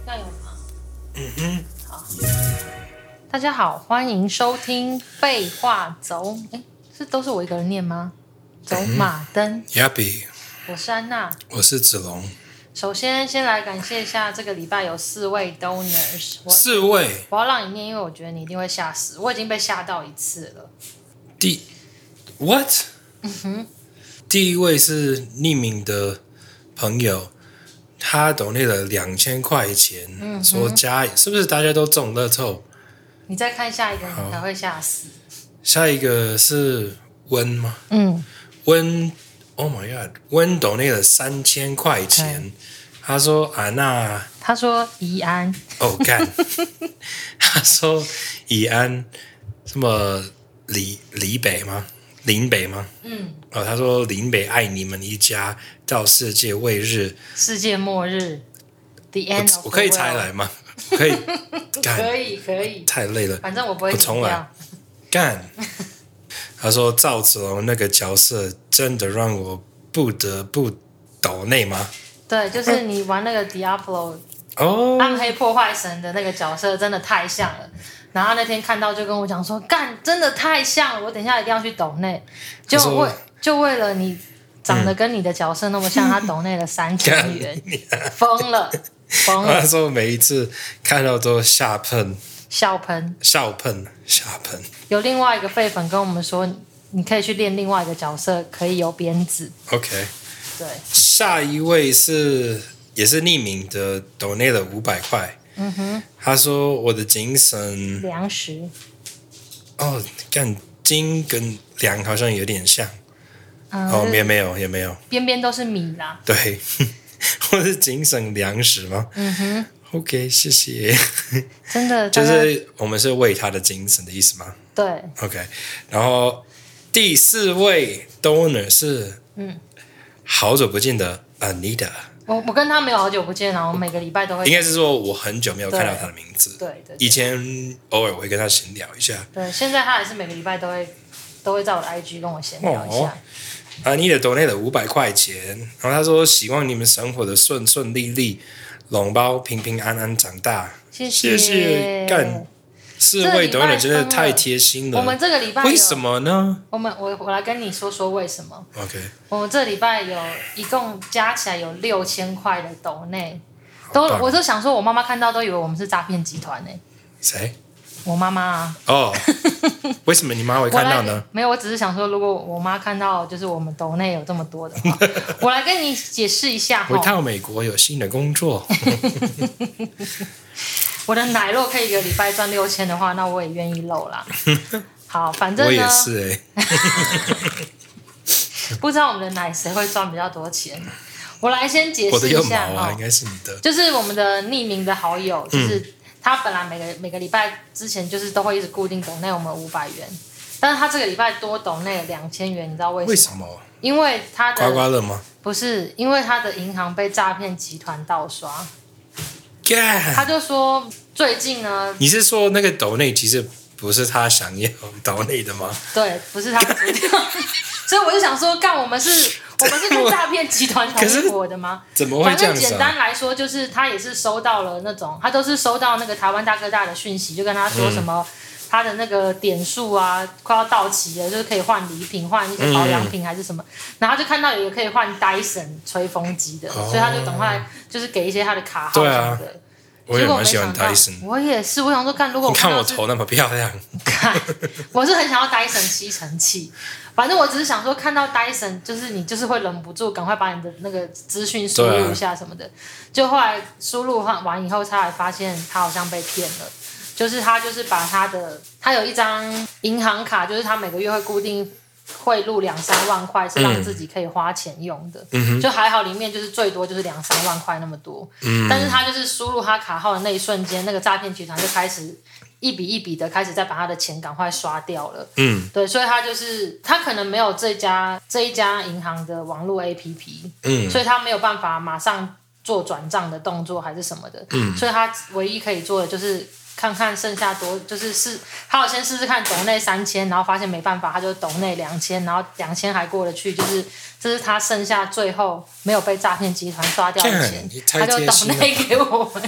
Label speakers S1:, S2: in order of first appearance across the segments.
S1: 这样有吗？好，大家好，欢迎收听废话走，都是我一个人念吗？走马灯。
S2: Yappy，
S1: 我是安娜，
S2: 我是子龙。
S1: 首先来感谢一下，这个礼拜有4位 donors，
S2: 4位，
S1: 我要让你念，因为我觉得你一定会吓死，我已经被吓到一次了。
S2: What？第一位是匿名的朋友，他donate了2000块钱，说是不是大家都中乐透？
S1: 你再看下一个，你才会吓死。
S2: 下一个是温吗？温 ，Oh my God， 温donate了3000块钱，他说
S1: 他说宜安，
S2: 干，他说宜安什么林北吗？他说林北爱你们一家，到世界末日，The end of the world。我可以猜来吗？可以，
S1: 可以，
S2: 太累了，
S1: 反正我不会
S2: 重来，干。他说赵子龙那个角色真的让我不得不抖内吗？
S1: 对，就是你玩那个 Diablo 暗黑破坏神的那个角色真的太像了。然后那天看到就跟我讲说，干，真的太像了，我等一下一定要去抖内。就为了你长得跟你的角色那么像，他抖内了3000元，疯了。
S2: 他说每一次看到都笑喷。有
S1: 另外一个废粉跟我们说，你可以去练另外一个角色，可以有鞭子。
S2: OK，
S1: 对。
S2: 下一位也是匿名的，donate了500块。他说我的精神
S1: 粮食。
S2: 干金跟粮好像有点像。也没有，
S1: 边边都是米啦。
S2: 对，我是精神粮食吗？OK， 谢谢。
S1: 真的，
S2: 就是我们是为他的精神的意思吗？
S1: 对。
S2: OK， 然后第4位 donor 是好久不见的 Anita。
S1: 我跟他没有好久不见，然后每个礼拜都会。
S2: 应该是说我很久没有看到他的名字。
S1: 对。
S2: 以前偶尔我会跟他闲聊一下。
S1: 对，现在他还是每个礼拜都会在我的 IG 跟我闲聊一下。
S2: Anita donate了500块钱，然后他说希望你们生活的顺顺利利，笼包平平安安长大。
S1: 谢
S2: 谢。干，4位 donor 真的太贴心了。
S1: 我们这个礼拜
S2: 为什么呢？
S1: 我来跟你说为什么。
S2: OK。
S1: 我们这礼拜一共加起来有6000块的donate，我就想说，我妈妈看到都以为我们是诈骗集团呢。
S2: 谁？
S1: 我妈妈啊。
S2: 为什么你妈会看到呢？
S1: 没有，我只是想说，如果我妈看到就是我们抖内有这么多的话，我来跟你解释一下。
S2: 回到美国有新的工作。
S1: 我的奶酪可以一个礼拜赚6000的话，那我也愿意露啦。好，反正呢，
S2: 我也是
S1: 不知道我们的奶谁会赚比较多钱。我来先解释一下。
S2: 我的有毛应该是你的。
S1: 就是我们的匿名的好友，就是他本来每个礼拜之前就是都会一直固定抖内我们500元，但是他这个礼拜多抖内2000元，你知道为什么？因为他的
S2: 刮刮乐吗？
S1: 不是，因为他的银行被诈骗集团盗刷。他就说最近呢，
S2: 你是说那个抖内其实不是他想要抖内的吗？
S1: 对，不是他主要。所以我就想说，干，我们是跟诈骗集团同伙的吗？
S2: 怎么会这样子？
S1: 反正简单来说，就是他也是收到了那种，他都是收到那个台湾大哥大的讯息，就跟他说什么，他的那个点数啊快要到期了，就是可以换礼品、换一些保养品还是什么，然后他就看到有一个可以换 Dyson 吹风机的，所以他就赶快就是给一些他的卡号什么的。
S2: 我也蛮喜欢 Dyson，
S1: 我也是，我想说，看如果
S2: 你看我头那么漂亮，
S1: 我是很想要 Dyson 吸尘器。反正我只是想说，看到 Dyson， 就是你就是会忍不住赶快把你的那个资讯输入一下什么的。就后来输入完以后，才发现他好像被骗了。就是他就是把他有一张银行卡，就是他每个月会固定汇入2-3万块，是让自己可以花钱用的。就还好里面就是最多就是2-3万块那么多。但是他就是输入他卡号的那一瞬间，那个诈骗集团就开始一笔一笔的开始再把他的钱赶快刷掉了。对，所以他可能没有这一家银行的网络 APP，所以他没有办法马上做转账的动作还是什么的。所以他唯一可以做的就是看看剩下就是他有先试试看抖内3000，然后发现没办法，他就抖内2000，然后2000还过得去，就是这是他剩下最后没有被诈骗集团刷掉的钱，他就抖内给我们。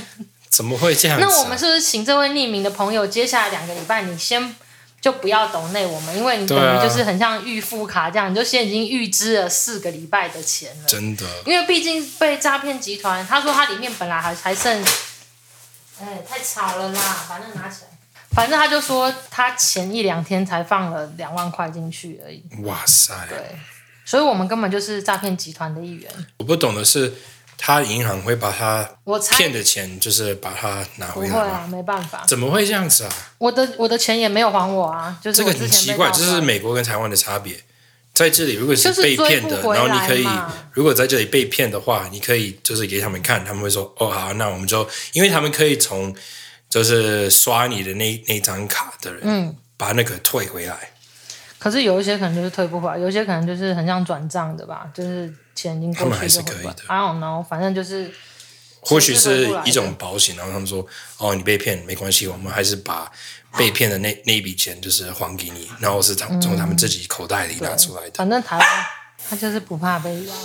S2: 怎么会这样子、
S1: 那我们是不是请这位匿名的朋友，接下来2个礼拜你先就不要抖内我们，因为你等于就是很像预付卡这样，你就先已经预支了4个礼拜的钱了。
S2: 真的，
S1: 因为毕竟被诈骗集团，他说他里面本来还剩，太吵了啦，反正拿起来。反正他就说他前1-2天才放了2万块进去而已。
S2: 哇塞！
S1: 对，所以我们根本就是诈骗集团的一员。
S2: 我不懂的是，他银行会把他
S1: 我猜
S2: 骗的钱，就是把它拿回来吗？
S1: 不会啊，没办法。
S2: 怎么会这样子啊？
S1: 我的钱也没有还我啊，就是
S2: 这个
S1: 我之前
S2: 很奇怪，
S1: 被盗刷
S2: 这是美国跟台湾的差别。在这里，如果是被骗的，
S1: 就是追不回来嘛
S2: 然后你可以，如果在这里被骗的话，你可以就是给他们看，他们会说：“哦，好，那我们就，因为他们可以从就是刷你的那张卡的人，把那个退回来。”
S1: 可是有一些可能就是退不回来，有一些可能就是很像转账的吧，就是钱已经过去就回来。I don't know， 反正就是
S2: 或许是一种保险，然后他们说：“哦，你被骗没关系，我们还是把被骗的那一笔钱就是还给你，然后是从他们自己口袋里拿出来的。”
S1: 反正台湾他就是不怕被咬。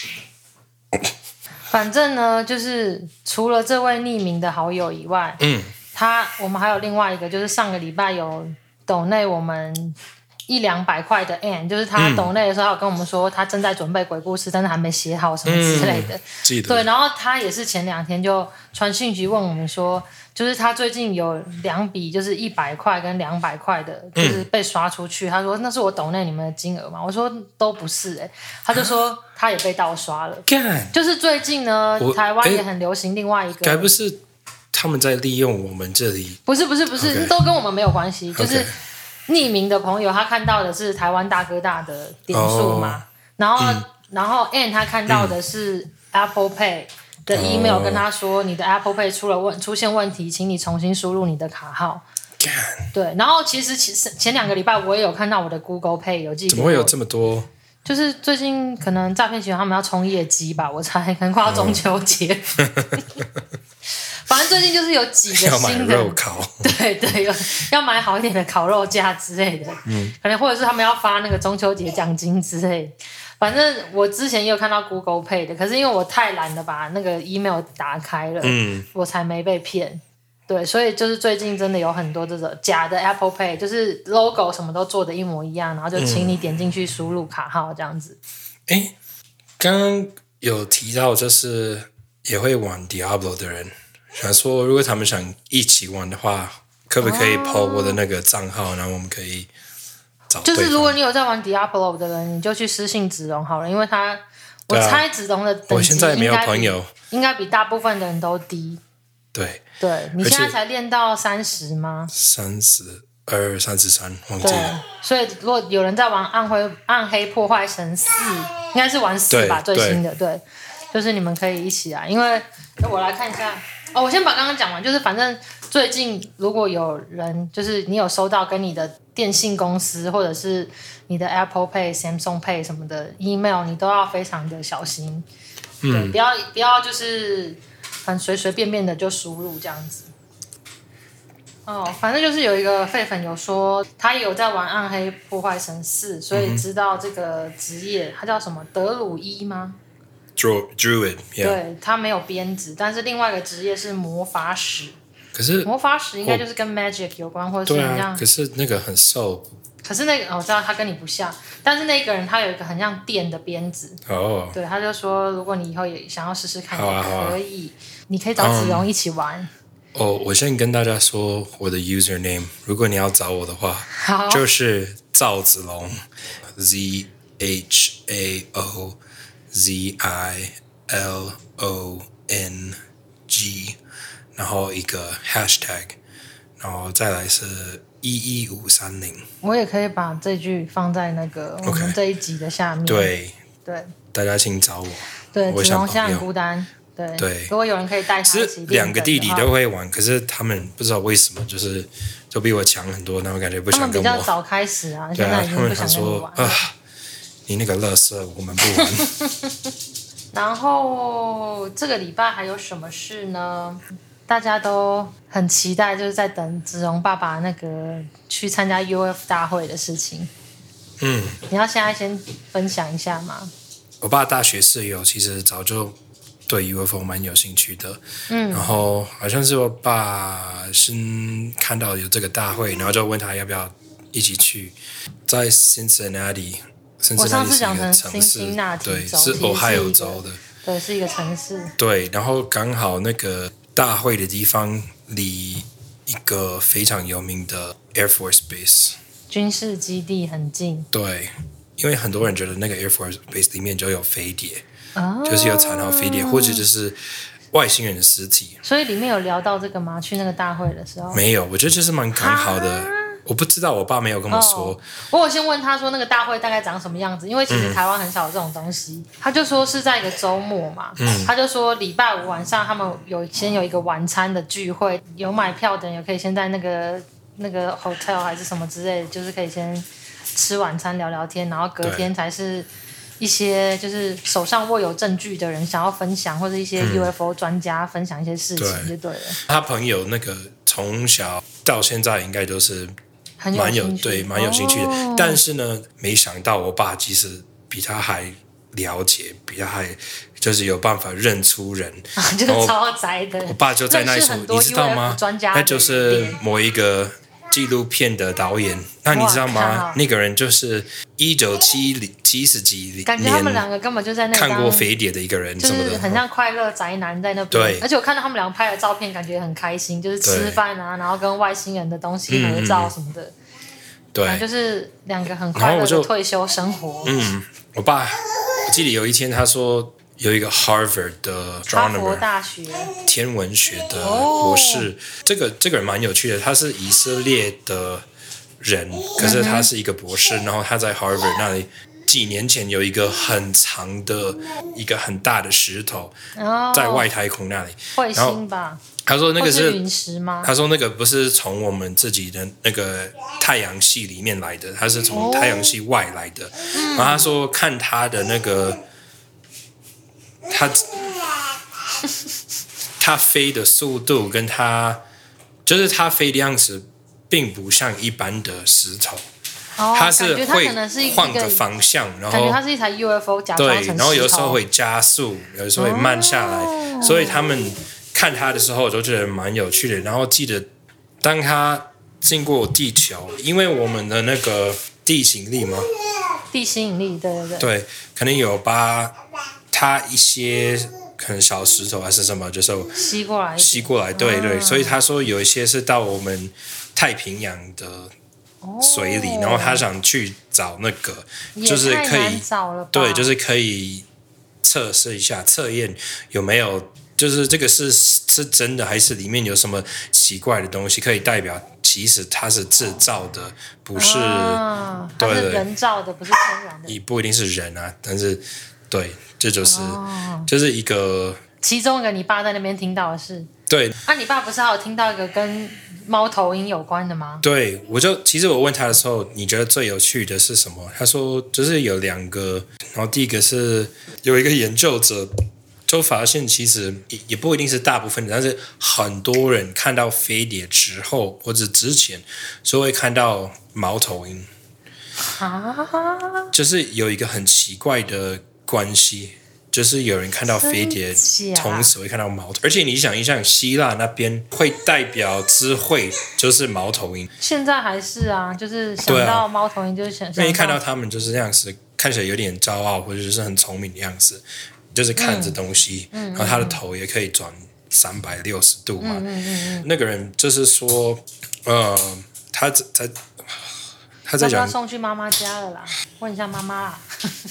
S1: 反正呢，就是除了这位匿名的好友以外，我们还有另外一个，就是上个礼拜有抖内我们100-200块的 Ann， 就是他抖内的时候，他有跟我们说他正在准备鬼故事，但是还没写好什么之类的。对，然后他也是前2天就传讯息问我们说，就是他最近有2笔，就是100块跟200块的，就是被刷出去。他说那是我抖内你们的金额吗？我说都不是他就说他也被盗刷了。就是最近呢，台湾也很流行另外一个，
S2: 该不是他们在利用我们这里？
S1: 不是，都跟我们没有关系，就是。匿名的朋友他看到的是台湾大哥大的点数嘛，然后 Ann 他看到的是 Apple Pay 的 email 跟他说你的 Apple Pay 出现问题，请你重新输入你的卡号。对，然后其实前2个礼拜我也有看到我的 Google Pay 有寄给我。
S2: 怎么会有这么多？
S1: 就是最近可能诈骗集团他们要冲业绩吧，我猜可能快要中秋节。反正最近就是有几个新的，
S2: 要买肉烤，
S1: 对，要买好一点的烤肉架之类的，可能或者是他们要发那个中秋节奖金之类的。反正我之前也有看到 Google Pay 的，可是因为我太懒得把那个 email 打开了，我才没被骗。对，所以就是最近真的有很多这种假的 Apple Pay， 就是 logo 什么都做的一模一样，然后就请你点进去输入卡号这样子。
S2: 刚刚有提到就是也会玩 Diablo 的人。想说，如果他们想一起玩的话，可不可以 po 我的那个账号，然后我们可以找对方。
S1: 就是如果你有在玩 Diablo 的人，你就去私信子龙好了，因为我猜子龙的等级
S2: 我现在没有朋友，
S1: 应该比大部分的人都低。
S2: 对，
S1: 你现在才练到30吗
S2: ？32、33，忘记了。
S1: 所以如果有人在玩暗黑破坏神4，应该是玩4吧，最新的。对，就是你们可以一起来，因为我来看一下。我先把刚刚讲完，就是反正最近如果有人就是你有收到跟你的电信公司或者是你的 Apple Pay、Samsung Pay 什么的 email， 你都要非常的小心，对，不要就是很随随便便的就输入这样子。反正就是有一个废粉有说他有在玩暗黑破坏神4，所以知道这个职业，他叫什么德鲁伊吗
S2: ？Druid，
S1: 对，他没有编制，但是另外一个职业是魔法使。
S2: 可是
S1: 魔法使应该就是跟 magic 有关，或者是很像。
S2: 可是那个很瘦。
S1: 可是那个我知道他跟你不像，但是那个人他有一个很像电的鞭子。对，他就说如果你以后也想要试试看，也可以，你可以找子龙一起玩。
S2: 我先跟大家说我的 username， 如果你要找我的话，就是赵子龙 ZHAOZILONG，然后一个 hashtag， 然后再来是11530。我
S1: 也可以把这句放在那个我们这一集的下面。
S2: 对，大家请找我。
S1: 对，子龙现在很孤单。对，如果有人可以带他一起
S2: ，2个弟弟都会玩，可是他们不知道为什么就比我强很多，然后感觉不想跟我。
S1: 他们比较早开始啊，现在已经不想跟你玩了。
S2: 你那个垃圾我们不玩。
S1: 然后这个礼拜还有什么事呢？大家都很期待，就是在等子龙爸爸那个去参加 UF 大会的事情。你要现在先分享一下吗？
S2: 我爸大学室友其实早就对 UFO 蛮有兴趣的。然后好像是我爸先看到有这个大会，然后就问他要不要一起去，在 Cincinnati。
S1: 我上次讲成
S2: 城市，对，
S1: 是
S2: Ohio 州的，
S1: 对，是一个城市。
S2: 对，然后刚好那个大会的地方离一个非常有名的 Air Force Base
S1: 军事基地很近。
S2: 对，因为很多人觉得那个 Air Force Base 里面就有飞碟，就是有残骸飞碟，或者就是外星人的尸体。
S1: 所以里面有聊到这个吗？去那个大会的时候
S2: 没有，我觉得就是蛮刚好的。我不知道，我爸没有跟我说。
S1: 我先问他说那个大会大概长什么样子，因为其实台湾很少有这种东西。他就说是在一个周末嘛，他就说礼拜五晚上他们先有一个晚餐的聚会，有买票的人也可以先在那个 hotel 还是什么之类的，就是可以先吃晚餐聊聊天，然后隔天才是一些就是手上握有证据的人想要分享，或者一些 UFO 专家分享一些事情就对了。
S2: 他朋友那个从小到现在应该都是蛮有兴趣的，但是呢，没想到我爸其实比他还了解，比他还就是有办法认出人，
S1: 就是超宅的。
S2: 我爸就在那里说，你知道吗？那就是某一个纪录片的导演。那你知道吗？那个人就是1970几年，
S1: 感觉他们两个根本就在那
S2: 看过飞碟的一个人，
S1: 就是很像快乐宅男在那边。对，而且我看到他们两个拍的照片，感觉很开心，就是吃饭啊，然后跟外星人的东西合照什么的。对，就是两个很快乐的退休生活。
S2: 我爸，我记得有一天他说有一个 Harvard 的 astronomer，
S1: 哈佛大学
S2: 天文学的博士，这个人蛮有趣的，他是以色列的人，可是他是一个博士，然后他在 Harvard 那里。几年前有一个很长的一个很大的石头，在外太空那里，
S1: 彗星吧？
S2: 他说那个是
S1: 陨石吗？
S2: 他说那个不是从我们自己的那个太阳系里面来的，他是从太阳系外来的。然后他说看他的那个他飞的速度跟他飞的样子，并不像一般的石头。它是会换个方向，然后
S1: 感觉它是一台 UFO 假装成石头，
S2: 对，然后有时候会加速，有时候会慢下来，所以他们看它的时候都觉得蛮有趣的。然后记得当它经过地球，因为我们的那个地心引力嘛，
S1: 地心引力，对，
S2: 可能有把它一些可能小石头还是什么，就是吸过来，对，所以他说有一些是到我们太平洋的水里，然后他想去找那个，就是可以对，就是可以测试一下测验有没有，就是这个是真的还是里面有什么奇怪的东西，可以代表其实它是制造的，不是
S1: 它是人造的，不是天然的，
S2: 也不一定是人啊，但是对，这就是一个
S1: 其中一个你爸在那边听到的事。
S2: 对，
S1: 你爸不是还有听到一个跟猫头鹰有关的吗？
S2: 对，其实我问他的时候，你觉得最有趣的是什么？他说就是有2个，然后第一个是有一个研究者就发现，其实也不一定是大部分，但是很多人看到飞碟之后或者之前，就会看到猫头鹰，就是有一个很奇怪的关系。就是有人看到飞碟，同时会看到猫头，而且你想一想，希腊那边会代表智慧，就是猫头鹰。
S1: 现在还是啊，就是想到猫头鹰，就是想到，
S2: 因为看到他们就是这样子，看起来有点骄傲，或者是很聪明的样子，就是看着东西，然后他的头也可以转360度嘛。那个人就是说，他在讲，
S1: 要送去妈妈家了啦，问一下妈妈啦。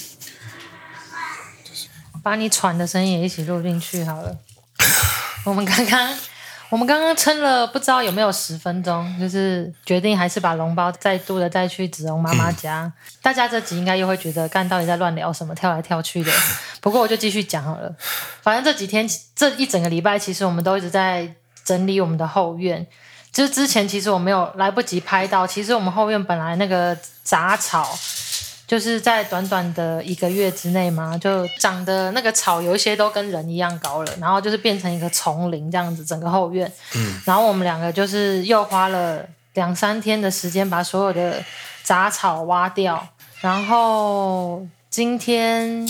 S1: 把你喘的声音也一起录进去好了。我们刚刚撑了不知道有没有10分钟，就是决定还是把笼包再度的带去子荣妈妈家。大家这集应该又会觉得干到底在乱聊什么，跳来跳去的。不过我就继续讲好了。反正这几天这一整个礼拜，其实我们都一直在整理我们的后院。就是之前其实我没有来不及拍到，其实我们后院本来那个杂草。就是在短短的1个月之内嘛，就长的那个草有一些都跟人一样高了，然后就是变成一个丛林这样子，整个后院。然后我们2个就是又花了2-3天的时间把所有的杂草挖掉，然后今天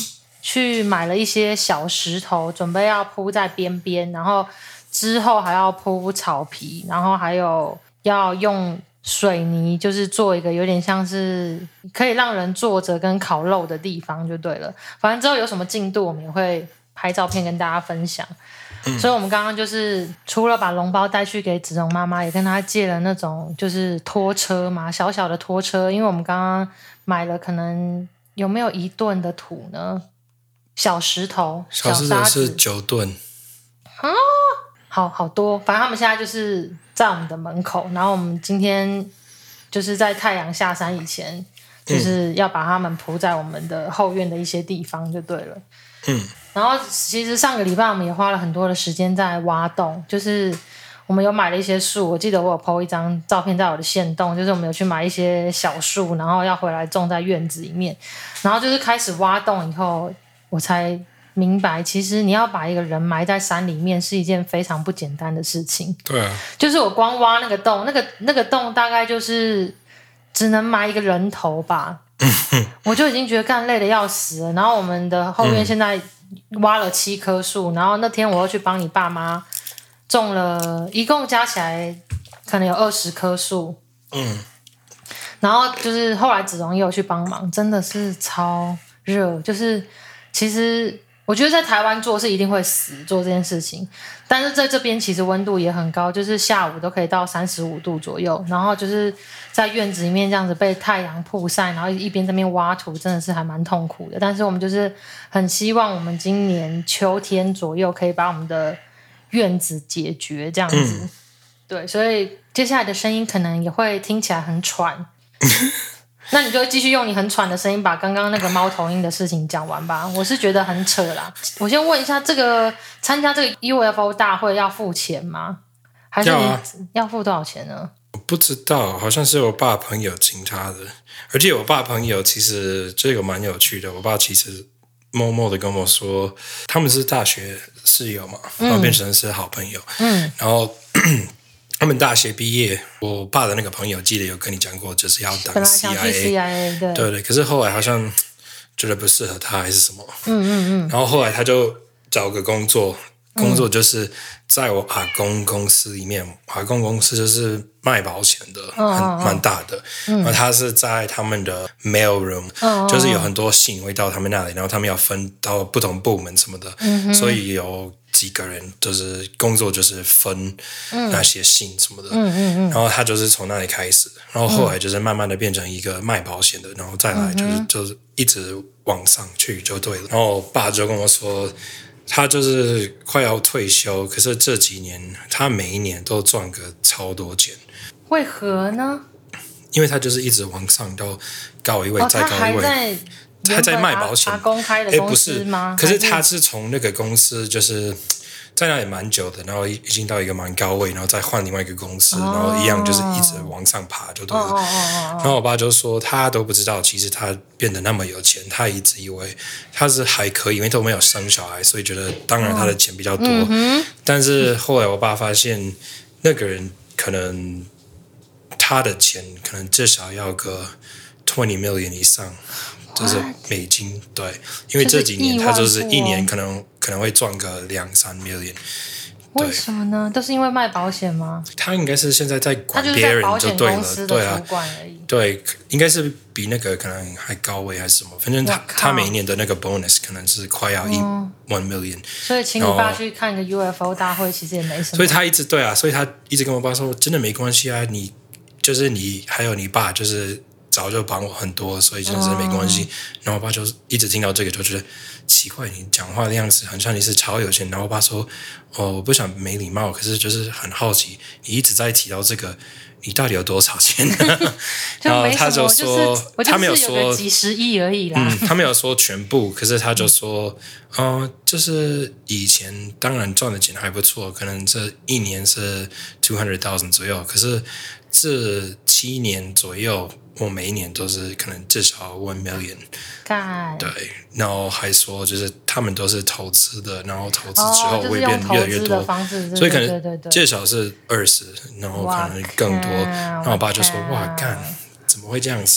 S1: 去买了一些小石头，准备要铺在边边，然后之后还要铺草皮，然后还有要用水泥，就是做一个有点像是可以让人坐着跟烤肉的地方就对了。反正之后有什么进度，我们也会拍照片跟大家分享。所以我们刚刚就是除了把笼包带去给子荣妈妈，也跟她借了那种就是拖车嘛，小小的拖车，因为我们刚刚买了可能有没有1吨的土呢？小石头、
S2: 小石头是9吨
S1: 啊，好多。反正他们现在就是在我们的门口，然后我们今天就是在太阳下山以前，就是要把它们铺在我们的后院的一些地方就对了。然后其实上个礼拜我们也花了很多的时间在挖洞，就是我们有买了一些树，我记得我有 po 一张照片在我的限动，就是我们有去买一些小树，然后要回来种在院子里面，然后就是开始挖洞以后，我才明白其实你要把一个人埋在山里面是一件非常不简单的事情。
S2: 对啊，
S1: 就是我光挖那个洞，那个洞大概就是只能埋一个人头吧我就已经觉得干累得要死了。然后我们的后院现在挖了7棵树，然后那天我又去帮你爸妈种了，一共加起来可能有20棵树。然后就是后来子荣也有去帮忙，真的是超热。就是其实我觉得在台湾做是一定会死做这件事情，但是在这边其实温度也很高，就是下午都可以到35度左右，然后就是在院子里面这样子被太阳曝晒，然后一边在那边挖土，真的是还蛮痛苦的。但是我们就是很希望我们今年秋天左右可以把我们的院子解决这样子。对，所以接下来的声音可能也会听起来很喘那你就继续用你很喘的声音把刚刚那个猫头鹰的事情讲完吧。我是觉得很扯啦。我先问一下，这个参加这个 UFO 大会要付钱吗？还是你要付多少钱呢？
S2: 我不知道，好像是我爸朋友请他的。而且我爸朋友其实这个蛮有趣的，我爸其实默默的跟我说他们是大学室友嘛，然后变成是好朋友。然后他们大学毕业，我爸的那个朋友记得有跟你讲过，就是要当 CIA，
S1: 本来想去 CIA
S2: 对，可是后来好像觉得不适合他还是什么，然后后来他就找个工作就是在我阿公公司里面，阿公公司就是卖保险的，蛮大的，然后他是在他们的 mail room，就是有很多信会到他们那里，然后他们要分到不同部门什么的，所以有几个人就是工作就是分那些信什么的，然后他就是从那里开始，然后后来就是慢慢的变成一个卖保险的，然后再来就是一直往上去就对了。然后我爸就跟我说他就是快要退休，可是这几年他每一年都赚个超多钱。
S1: 为何呢？
S2: 因为他就是一直往上到高一位，再高一位。他在卖保险，
S1: 阿公开的公司吗？
S2: 可是他是从那个公司就是在那里蛮久的，然后已经到一个蛮高位，然后再换另外一个公司，然后一样就是一直往上爬就对了。然后我爸就说他都不知道，其实他变得那么有钱，他一直以为他是还可以，因为都没有生小孩，所以觉得当然他的钱比较多。但是后来我爸发现那个人可能他的钱可能至少要个20 million 以上。就是美金，对，因为这几年他就是一年可能会赚个2-3 million。
S1: 为什么呢？都是因为卖保险吗？
S2: 他应该是现在在管别人就对了，对啊，对，应该是比那个可能还高位还是什么，反正他每一年的那个 bonus 可能是快要1 million。所
S1: 以请你爸去看个 UFO 大会，其实也没什么。
S2: 所以他一直对啊，所以他一直跟我爸说，真的没关系啊，你就是你还有你爸就是。早就帮我很多，所以真的是没关系。然后我爸就一直听到这个，就觉得奇怪，你讲话的样子很像你是超有钱。然后我爸说：“哦，我不想没礼貌，可是就是很好奇，你一直在提到这个，你到底有多少钱？”然后他就说：“他没有说
S1: 几十亿而已啦。”
S2: 他没有说全部，可是他就说：“就是以前当然赚的钱还不错，可能这一年是200,000左右，可是这7年左右。”我每一年都是可能至少1 million， 对，然后还说就是他们都是投资的，然后投资之后会变越来越多，所以可能至少是20，然后可能更多。然后我爸就说：“哇，干，怎么会这样子啊？”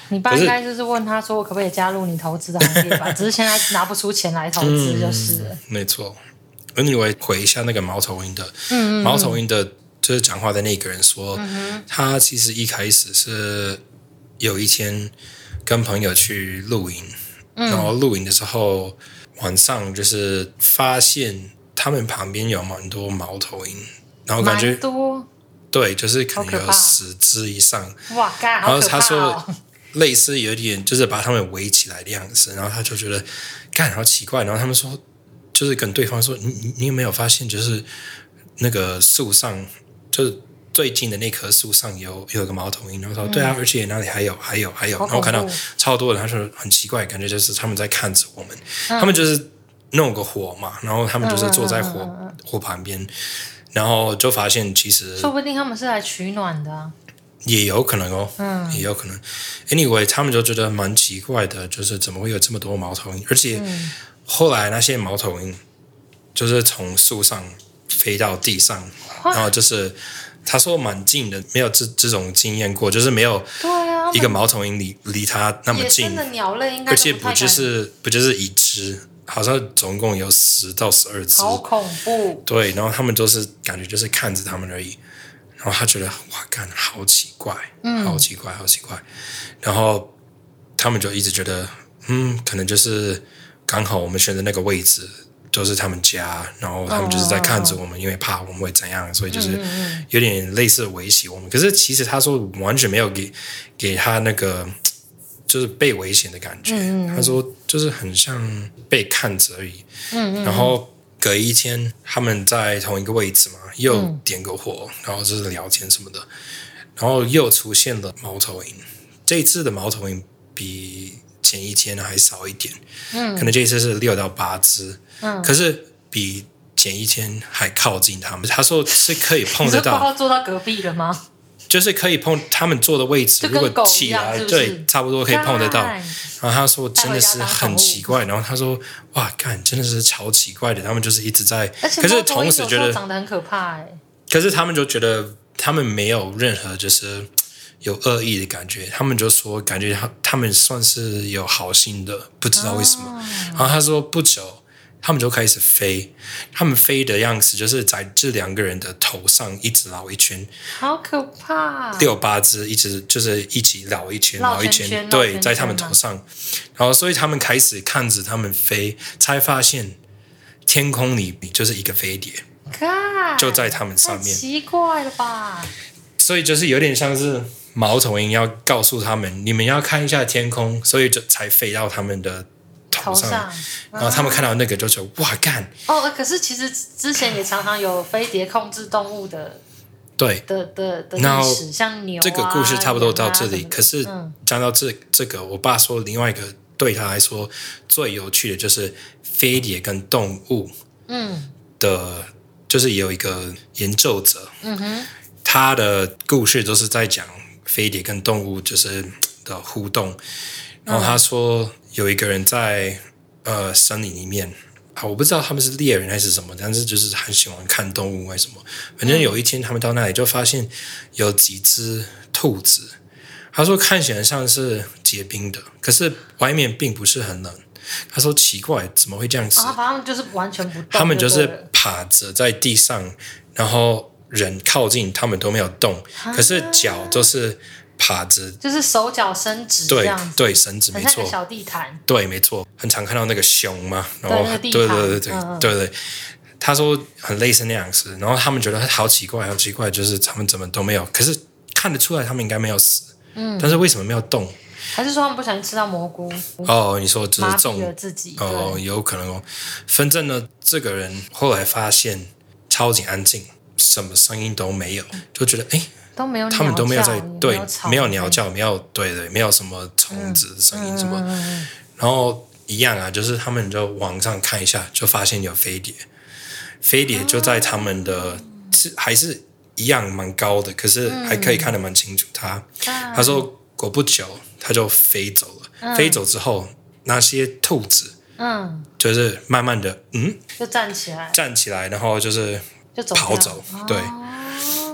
S1: 你爸应该就是问他说，我可不可以加入你投资的行业吧？只是现在拿不出钱来投资就是了。
S2: 没错。Anyway， 回一下那个猫头鹰的，猫头鹰的就是讲话的那个人说，他其实一开始是有一天跟朋友去露营，然后露营的时候晚上就是发现他们旁边有蛮多猫头鹰，然后感觉
S1: 多，
S2: 对，就是可能有10只以上。
S1: 哇，干，
S2: 然后他说类似有点就是把他们围起来的样子，然后他就觉得干好奇怪，然后他们说就是跟对方说你有没有发现就是那个树上就是最近的那棵树上有个猫头鹰，然后说对啊，而且哪里还有，然后看到超多人，他说很奇怪，感觉就是他们在看着我们，他们就是弄个火嘛，然后他们就是坐在火旁边，然后就发现其实
S1: 说不定他们是来取暖的啊。
S2: 也有可能哦，也有可能。Anyway， 他们就觉得蛮奇怪的，就是怎么会有这么多猫头鹰？而且后来那些猫头鹰就是从树上飞到地上，然后就是他说蛮近的，没有这种经验过，就是没有一个猫头鹰离他那么近。
S1: 野生的鸟类应该
S2: 而且不就是一只，好像总共有10到12只，
S1: 好恐怖。
S2: 对，然后他们都是感觉就是看着他们而已。然后他觉得哇，干好奇怪，好奇怪，然后他们就一直觉得，可能就是刚好我们选的那个位置都是他们家，然后他们就是在看着我们，因为怕我们会怎样，所以就是有点类似威胁我们。可是其实他说完全没有给他那个就是被危险的感觉，他说就是很像被看着而已。然后隔一天他们在同一个位置嘛，又点个火，然后就是聊天什么的，然后又出现了猫头鹰。这一次的猫头鹰比前一天还少一点，可能这一次是6到8只，可是比前一天还靠近他们。他说是可以碰得到，
S1: 你说坐到隔壁了吗？
S2: 就是可以碰他们坐的位置，如果起来，对，差不多可以碰得到。然后他说真的是很奇怪，然后他说哇，看真的是超奇怪的，他们就是一直在，可是同时觉得
S1: 长得很可怕
S2: 可是他们就觉得他们没有任何就是有恶意的感觉，他们就说感觉他们算是有好心的，不知道为什么。然后他说不久他们就开始飞，他们飞的样子就是在这2个人的头上一直绕一圈，
S1: 好可怕
S2: ！6、8只一直就是一起绕一圈，对，在他们头上，然后所以他们开始看着他们飞，才发现天空里就是一个飞碟，就在他们上面，
S1: 太奇怪了吧？
S2: 所以就是有点像是猫头鹰要告诉他们，你们要看一下天空，所以就才飞到他们的头上，然后他们看到那个就说哇干
S1: 可是其实之前也常常有飞碟控制动物的
S2: 对
S1: 的历史，像牛
S2: 这个故事差不多到这里。可是讲到这个，我爸说另外一个对他来说最有趣的就是飞碟跟动物的，就是有一个研究者，他的故事都是在讲飞碟跟动物就是的互动。然后他说有一个人在森林里面我不知道他们是猎人还是什么，但是就是很喜欢看动物还是什么。反正有一天他们到那里就发现有几只兔子，他说看起来像是结冰的，可是外面并不是很冷。他说奇怪，怎么会这样子？
S1: 他们就是完全不动，
S2: 他们就是趴着在地上，然后人靠近他们都没有动，可是脚都是趴着，
S1: 就是手脚伸直这样子，
S2: 对，伸直，没错，
S1: 小地毯，
S2: 对，没错，很常看到那个熊嘛，然后对，他说很类似那样子，然后他们觉得好奇怪，就是他们怎么都没有，可是看得出来他们应该没有死，但是为什么没有动？
S1: 还是说他们不小心吃到蘑菇？
S2: 你说这是中
S1: 了自己？
S2: 有可能哦。反正呢，这个人后来发现超级安静，什么声音都没有，就觉得
S1: 都没有，
S2: 他们都没有在对，没有鸟叫，没有没有什么虫子声音什么，然后一样啊，就是他们就往上看一下，就发现有飞碟，飞碟就在他们的还是一样蛮高的，可是还可以看得蛮清楚。他说过不久他就飞走了，飞走之后那些兔子就是慢慢的
S1: 就站起来，
S2: 然后就是跑走，对。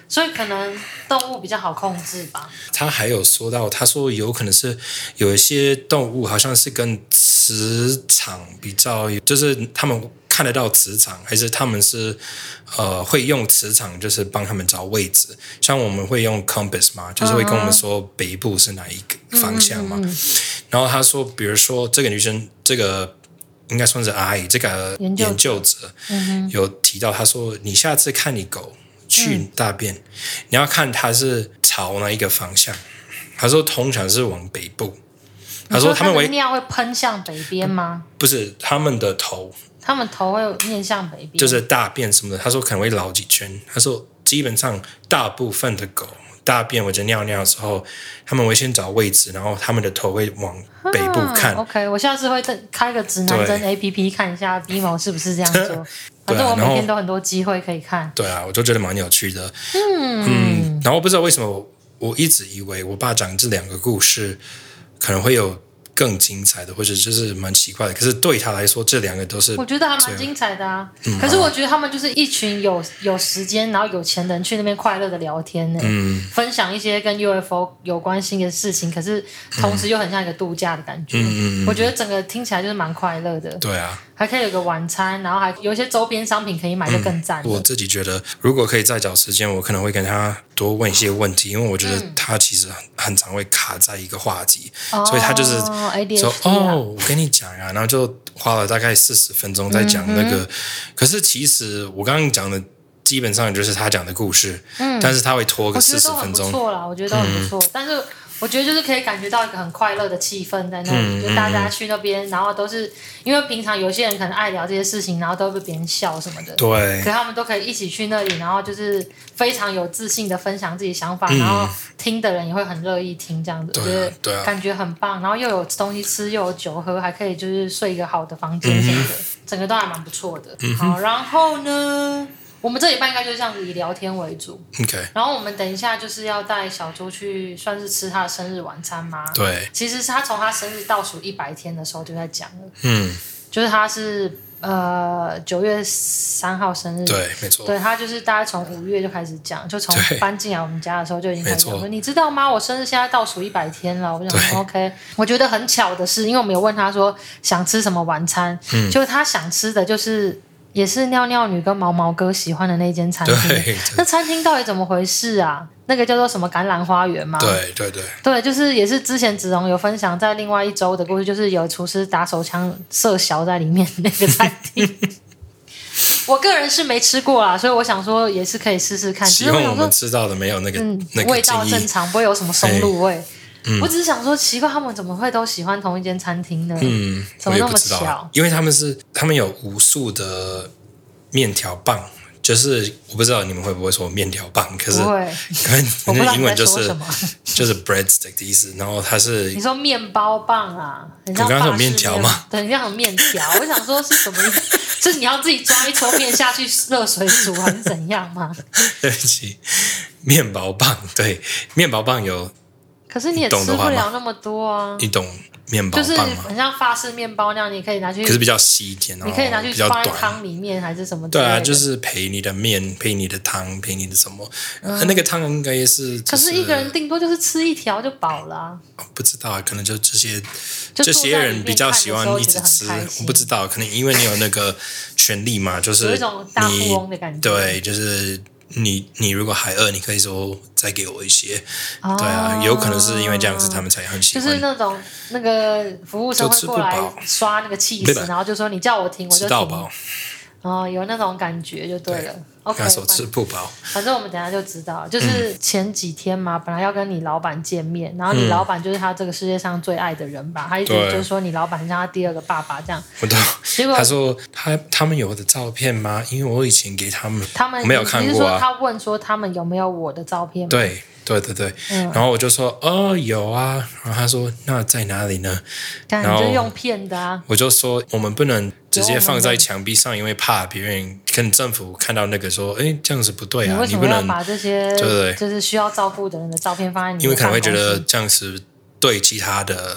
S1: 所以可能动物比较好控制吧。
S2: 他还有说到，他说有可能是有一些动物好像是跟磁场比较，就是他们看得到磁场，还是他们是会用磁场，就是帮他们找位置。像我们会用 compass 嘛，就是会跟我们说北部是哪一个方向嘛。然后他说，比如说这个女生，这个应该算是阿姨，这个研究者有提到，他说你下次看你狗去大便，你要看它是朝哪一个方向。他说通常是往北部。他说他们
S1: 尿会喷向北边吗？
S2: 不是，他们的头
S1: 会面向北边，
S2: 就是大便什么的。他说可能会绕几圈。他说基本上大部分的狗大便或者尿尿的时候，他们会先找位置，然后他们的头会往北部看。
S1: OK， 我下次会开个指南针 APP 看一下 BMO 是不是这样做。反正我每天都很多机会可以看。
S2: 对啊，我就觉得蛮有趣的。然后不知道为什么我一直以为我爸讲这两个故事可能会有更精彩的，或者就是蛮奇怪的。可是对他来说，这两个都是
S1: 我觉得还蛮精彩的啊。可是我觉得他们就是一群有时间，然后有钱的人去那边快乐的聊天呢，分享一些跟 UFO 有关系的事情。可是同时又很像一个度假的感觉。我觉得整个听起来就是蛮快乐的。
S2: 对啊，
S1: 还可以有个晚餐，然后还有一些周边商品可以买，就更赞了。
S2: 我自己觉得，如果可以再找时间，我可能会跟他多问一些问题，因为我觉得他其实很常会卡在一个话题，所以他就是说我跟你讲呀，然后就花了大概40分钟在讲那个。可是其实我刚刚讲的基本上就是他讲的故事，但是他会拖个40分钟。
S1: 不错啦，我觉得都很不错。但是我觉得就是可以感觉到一个很快乐的气氛在那里，就大家去那边，然后都是因为平常有些人可能爱聊这些事情，然后都被别人笑什么的，
S2: 对。
S1: 可他们都可以一起去那里，然后就是非常有自信的分享自己想法，然后听的人也会很乐意听，这样子，我觉得感觉很棒。然后又有东西吃，又有酒喝，还可以就是睡一个好的房间什么的，整个都还蛮不错的。好，然后呢？我们这礼拜应该就是这样子以聊天为主
S2: ，OK。
S1: 然后我们等一下就是要带小猪去，算是吃他的生日晚餐吗？
S2: 对。
S1: 其实是他从他生日倒数100天的时候就在讲了。就是他是9月3号生日，
S2: 对，没错。
S1: 对，他就是大概从5月就开始讲，就从搬进来我们家的时候就已经开始讲说，你知道吗？我生日现在倒数100天了。我想说 OK， 我觉得很巧的是，因为我们有问他说想吃什么晚餐，就是他想吃的就是。也是尿尿女跟毛毛哥喜欢的那间餐厅。那餐厅到底怎么回事啊？那个叫做什么橄榄花园吗？对，就是也是之前子荣有分享在另外一周的故事，就是有厨师打手枪射小在里面那个餐厅。我个人是没吃过啦，所以我想说也是可以试试看。
S2: 希望我们吃到的没有那个
S1: 味道正常，不会有什么松露味。我只是想说，奇怪，他们怎么会都喜欢同一间餐厅呢？怎么那么巧？
S2: 因为他们有无数的面条棒，就是我不知道你们会不会说面条棒，可是可能英文就是 breadstick 的意思。然后它是
S1: 你说面包棒啊？
S2: 我刚刚有面条吗？
S1: 对，你像有面条。我想说是什么意思？是你要自己抓一撮面下去热水煮，还是怎样吗？
S2: 对不起，面包棒，对，面包棒有。
S1: 可是你也吃不了那么多啊！
S2: 你懂面包棒吗？
S1: 就是很像法式面包那样，你可以拿去，
S2: 可是比较细一点，
S1: 你可以拿去放在汤里面还是什么？
S2: 对啊，就是陪你的面，陪你的汤，陪你的什么？那个汤应该也是。
S1: 可是一个人顶多就是吃1条就饱了啊。
S2: 不知道啊，可能就这些人比较喜欢一直吃，我不知道，可能因为你有那个权利嘛，就是
S1: 有一种大富翁的感觉。
S2: 对，就是。你如果还饿，你可以说再给我一些，对啊，有可能是因为这样子他们才很喜欢。
S1: 就是那个服务生会过来刷那个气势，然后就说你叫我停我就停。
S2: 吃到饱。
S1: 有那种感觉就对了。OK，
S2: 说吃不饱。
S1: 反正我们等一下就知道，就是前几天嘛，本来要跟你老板见面，然后你老板就是他这个世界上最爱的人吧，他一直就是说你老板像他第2个爸爸这样。
S2: 我懂。结果他说他们有我的照片吗？因为我以前给他们没有看过啊。你是说
S1: 他问说他们有没有我的照片吗？
S2: 对。然后我就说有啊，然后他说那在哪里呢？
S1: 然后就用骗的啊。
S2: 我就说我们不能直接放在墙壁上，因为怕别人跟政府看到那个说这样子不对啊，
S1: 你为什么要把这些就是需要照顾的人的照片放在你的办公室？
S2: 因为可能会觉得这样子对其他的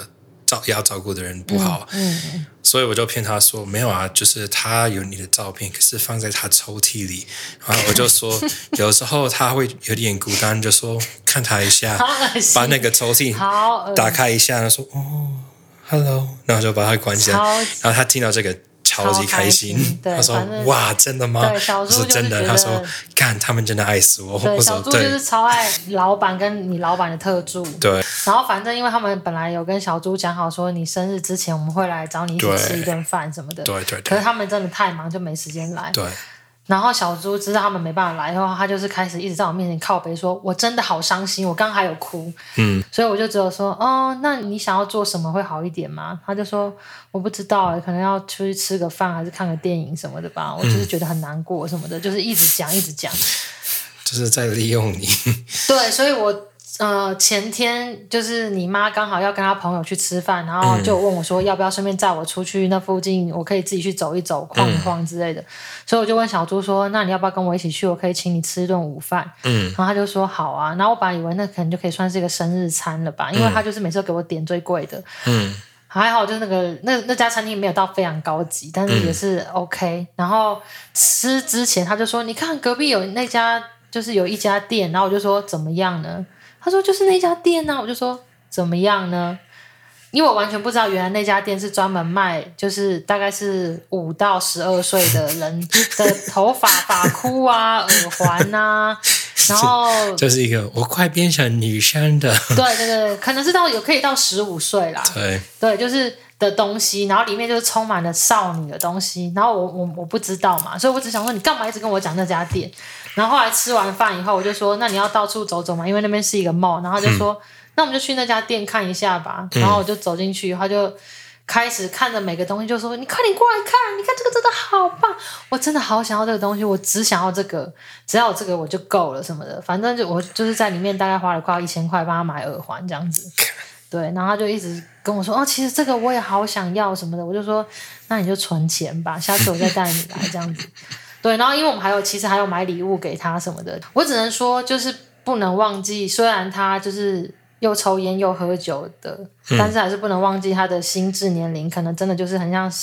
S2: 要照顾的人不好，所以我就骗他说没有啊，就是他有你的照片，可是放在他抽屉里。然后我就说有时候他会有点孤单，就说看他一下，把那个抽屉打开一下，说哦 ，hello， 然后就把它关起来。然后他听到这个超级开心，他说哇真的吗？
S1: 对，小猪
S2: 是真的。他说看他们真的爱死我。
S1: 对，小猪就是超爱老板跟你老板的特助。
S2: 对，
S1: 然后反正因为他们本来有跟小猪讲好说你生日之前我们会来找你一起吃一顿饭什么的，
S2: 对，
S1: 可是他们真的太忙就没时间来。
S2: 对。
S1: 然后小猪知道他们没办法来以后，他就是开始一直在我面前靠北说我真的好伤心，我刚刚还有哭。所以我就只有说哦，那你想要做什么会好一点吗？他就说我不知道，可能要出去吃个饭还是看个电影什么的吧，我就是觉得很难过什么的，就是一直讲
S2: 就是在利用你。
S1: 对，所以我前天就是你妈刚好要跟她朋友去吃饭，然后就问我说要不要顺便载我出去那附近，我可以自己去走一走晃一晃之类的。所以我就问小猪说那你要不要跟我一起去，我可以请你吃一顿午饭。然后他就说好啊。然后我本来以为那可能就可以算是一个生日餐了吧，因为他就是每次都给我点最贵的。还好就是那家餐厅没有到非常高级，但是也是 OK。然后吃之前他就说你看隔壁有那家就是有一家店，然后我就说怎么样呢？他说就是那家店啊，我就说怎么样呢？因为我完全不知道原来那家店是专门卖就是大概是5到12岁的人的头发发箍啊耳环啊，然后
S2: 这是一个我快变成女生的
S1: 对，可能是可以到15岁啦，对就是的东西，然后里面就是充满了少女的东西，然后我不知道嘛，所以我只想说你干嘛一直跟我讲那家店。然后后来吃完饭以后我就说那你要到处走走嘛，因为那边是一个 mall， 然后就说那我们就去那家店看一下吧。然后我就走进去，他就开始看着每个东西就说你快点过来看，你看这个真的好棒，我真的好想要这个东西，我只想要这个，只要有这个我就够了什么的。反正我就是在里面大概花了快1000块帮他买耳环这样子。对，然后他就一直跟我说哦其实这个我也好想要什么的，我就说那你就存钱吧，下次我再带你来这样子。对，然后因为我们其实还有买礼物给他什么的，我只能说就是不能忘记，虽然他就是又抽烟又喝酒的，但是还是不能忘记他的心智年龄可能真的就是很像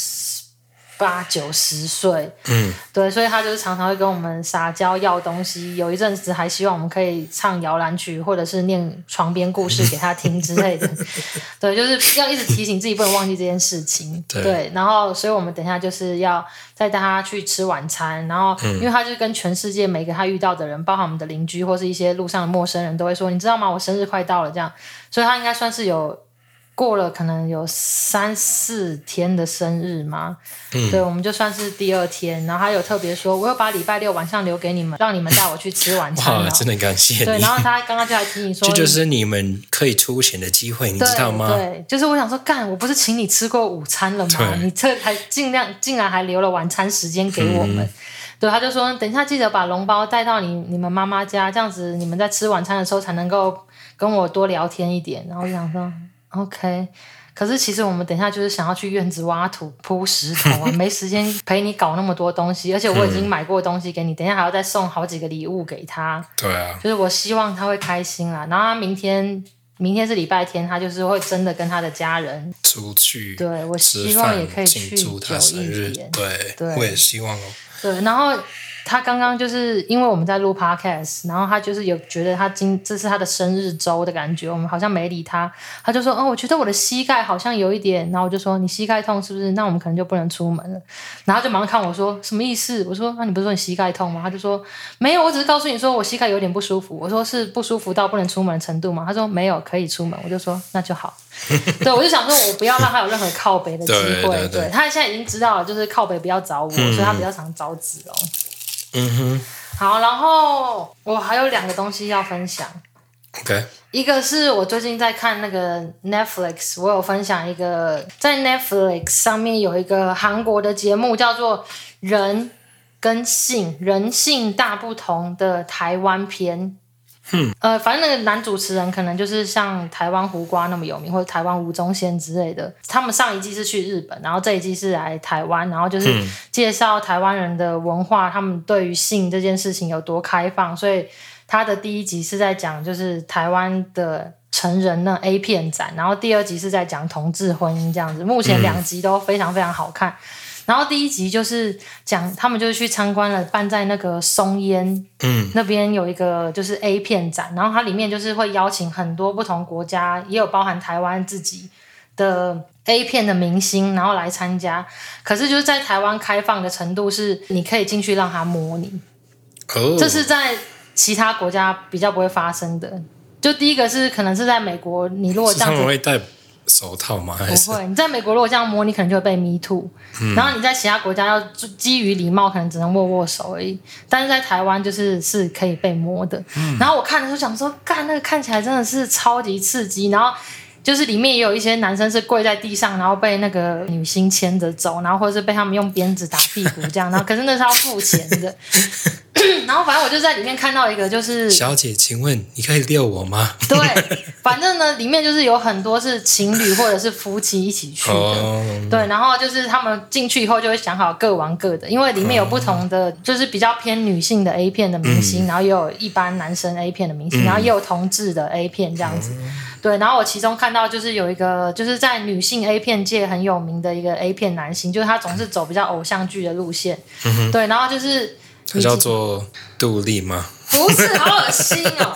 S1: 8、9、10岁。对，所以他就是常常会跟我们撒娇要东西，有一阵子还希望我们可以唱摇篮曲或者是念床边故事给他听之类的。对，就是要一直提醒自己不能忘记这件事情。对，然后所以我们等一下就是要再带他去吃晚餐，然后因为他就跟全世界每个他遇到的人，包含我们的邻居或是一些路上的陌生人都会说你知道吗我生日快到了这样，所以他应该算是有过了可能有3、4天的生日嘛。对，我们就算是第2天，然后他有特别说我有把礼拜6晚上留给你们，让你们带我去吃晚餐。
S2: 哇，真的感谢你。
S1: 对，然后他刚刚就来提醒说
S2: 这就是你们可以出钱的机会，你知道吗？
S1: 对，就是我想说干，我不是请你吃过午餐了吗？你这还竟然还留了晚餐时间给我们。对，他就说等一下记得把笼包带到你们妈妈家，这样子你们在吃晚餐的时候才能够跟我多聊天一点。然后我想说 OK， 可是其实我们等一下就是想要去院子挖土铺石头啊，没时间陪你搞那么多东西，而且我已经买过东西给你，等一下还要再送好几个礼物给他。
S2: 对啊，
S1: 就是我希望他会开心啦。然后他明天是礼拜天，他就是会真的跟他的家人
S2: 出去，
S1: 对，我希望也可以去久一点。
S2: 对，我也希望哦。
S1: 对，然后他刚刚就是因为我们在录 podcast， 然后他就是有觉得这是他的生日周的感觉，我们好像没理他，他就说我觉得我的膝盖好像有一点，然后我就说你膝盖痛是不是？那我们可能就不能出门了。然后他就马上看我说什么意思？我说你不是说你膝盖痛吗？他就说没有，我只是告诉你说我膝盖有点不舒服。我说是不舒服到不能出门的程度吗？他说没有，可以出门。我就说那就好。对，我就想说我不要让他有任何靠北的机会。对，他现在已经知道了，就是靠北不要找我，所以他比较常找子龙。好，然后我还有2个东西要分享。
S2: OK，
S1: 一个是我最近在看那个 Netflix， 我有分享一个在 Netflix 上面有一个韩国的节目叫做人跟性人性大不同的台湾篇。反正那个男主持人可能就是像台湾胡瓜那么有名，或者台湾吴宗宪之类的。他们上一季是去日本，然后这一季是来台湾，然后就是介绍台湾人的文化，他们对于性这件事情有多开放。所以他的第1集是在讲就是台湾的成人的 A 片展，然后第2集是在讲同志婚姻这样子，目前2集都非常非常好看。然后第1集就是讲他们就是去参观了办在那个松烟那边有一个就是 A 片展，然后它里面就是会邀请很多不同国家，也有包含台湾自己的 A 片的明星然后来参加，可是就是在台湾开放的程度是你可以进去让他摸你，这是在其他国家比较不会发生的。就第一个是可能是在美国，你如果这样子，
S2: 他们会戴手套吗？还是
S1: 不会？你在美国如果这样摸，你可能就会被 me too。然后你在其他国家要基于礼貌，可能只能握握手而已。但是在台湾是可以被摸的。然后我看的时候想说，干那个看起来真的是超级刺激。然后就是里面也有一些男生是跪在地上，然后被那个女星牵着走，然后或者是被他们用鞭子打屁股这样。然后可是那是要付钱的。然后反正我就在里面看到一个就是
S2: 小姐，请问你可以遛我吗？
S1: 对，反正呢里面就是有很多是情侣或者是夫妻一起去的，对，然后就是他们进去以后就会想好各玩各的，因为里面有不同的就是比较偏女性的 A 片的明星，然后也有一般男生 A 片的明星，然后也有同志的 A 片这样子。对，然后我其中看到就是有一个就是在女性 A 片界很有名的一个 A 片男星，就是他总是走比较偶像剧的路线，对，然后就是
S2: 他叫做杜丽吗？
S1: 不是，好恶心哦！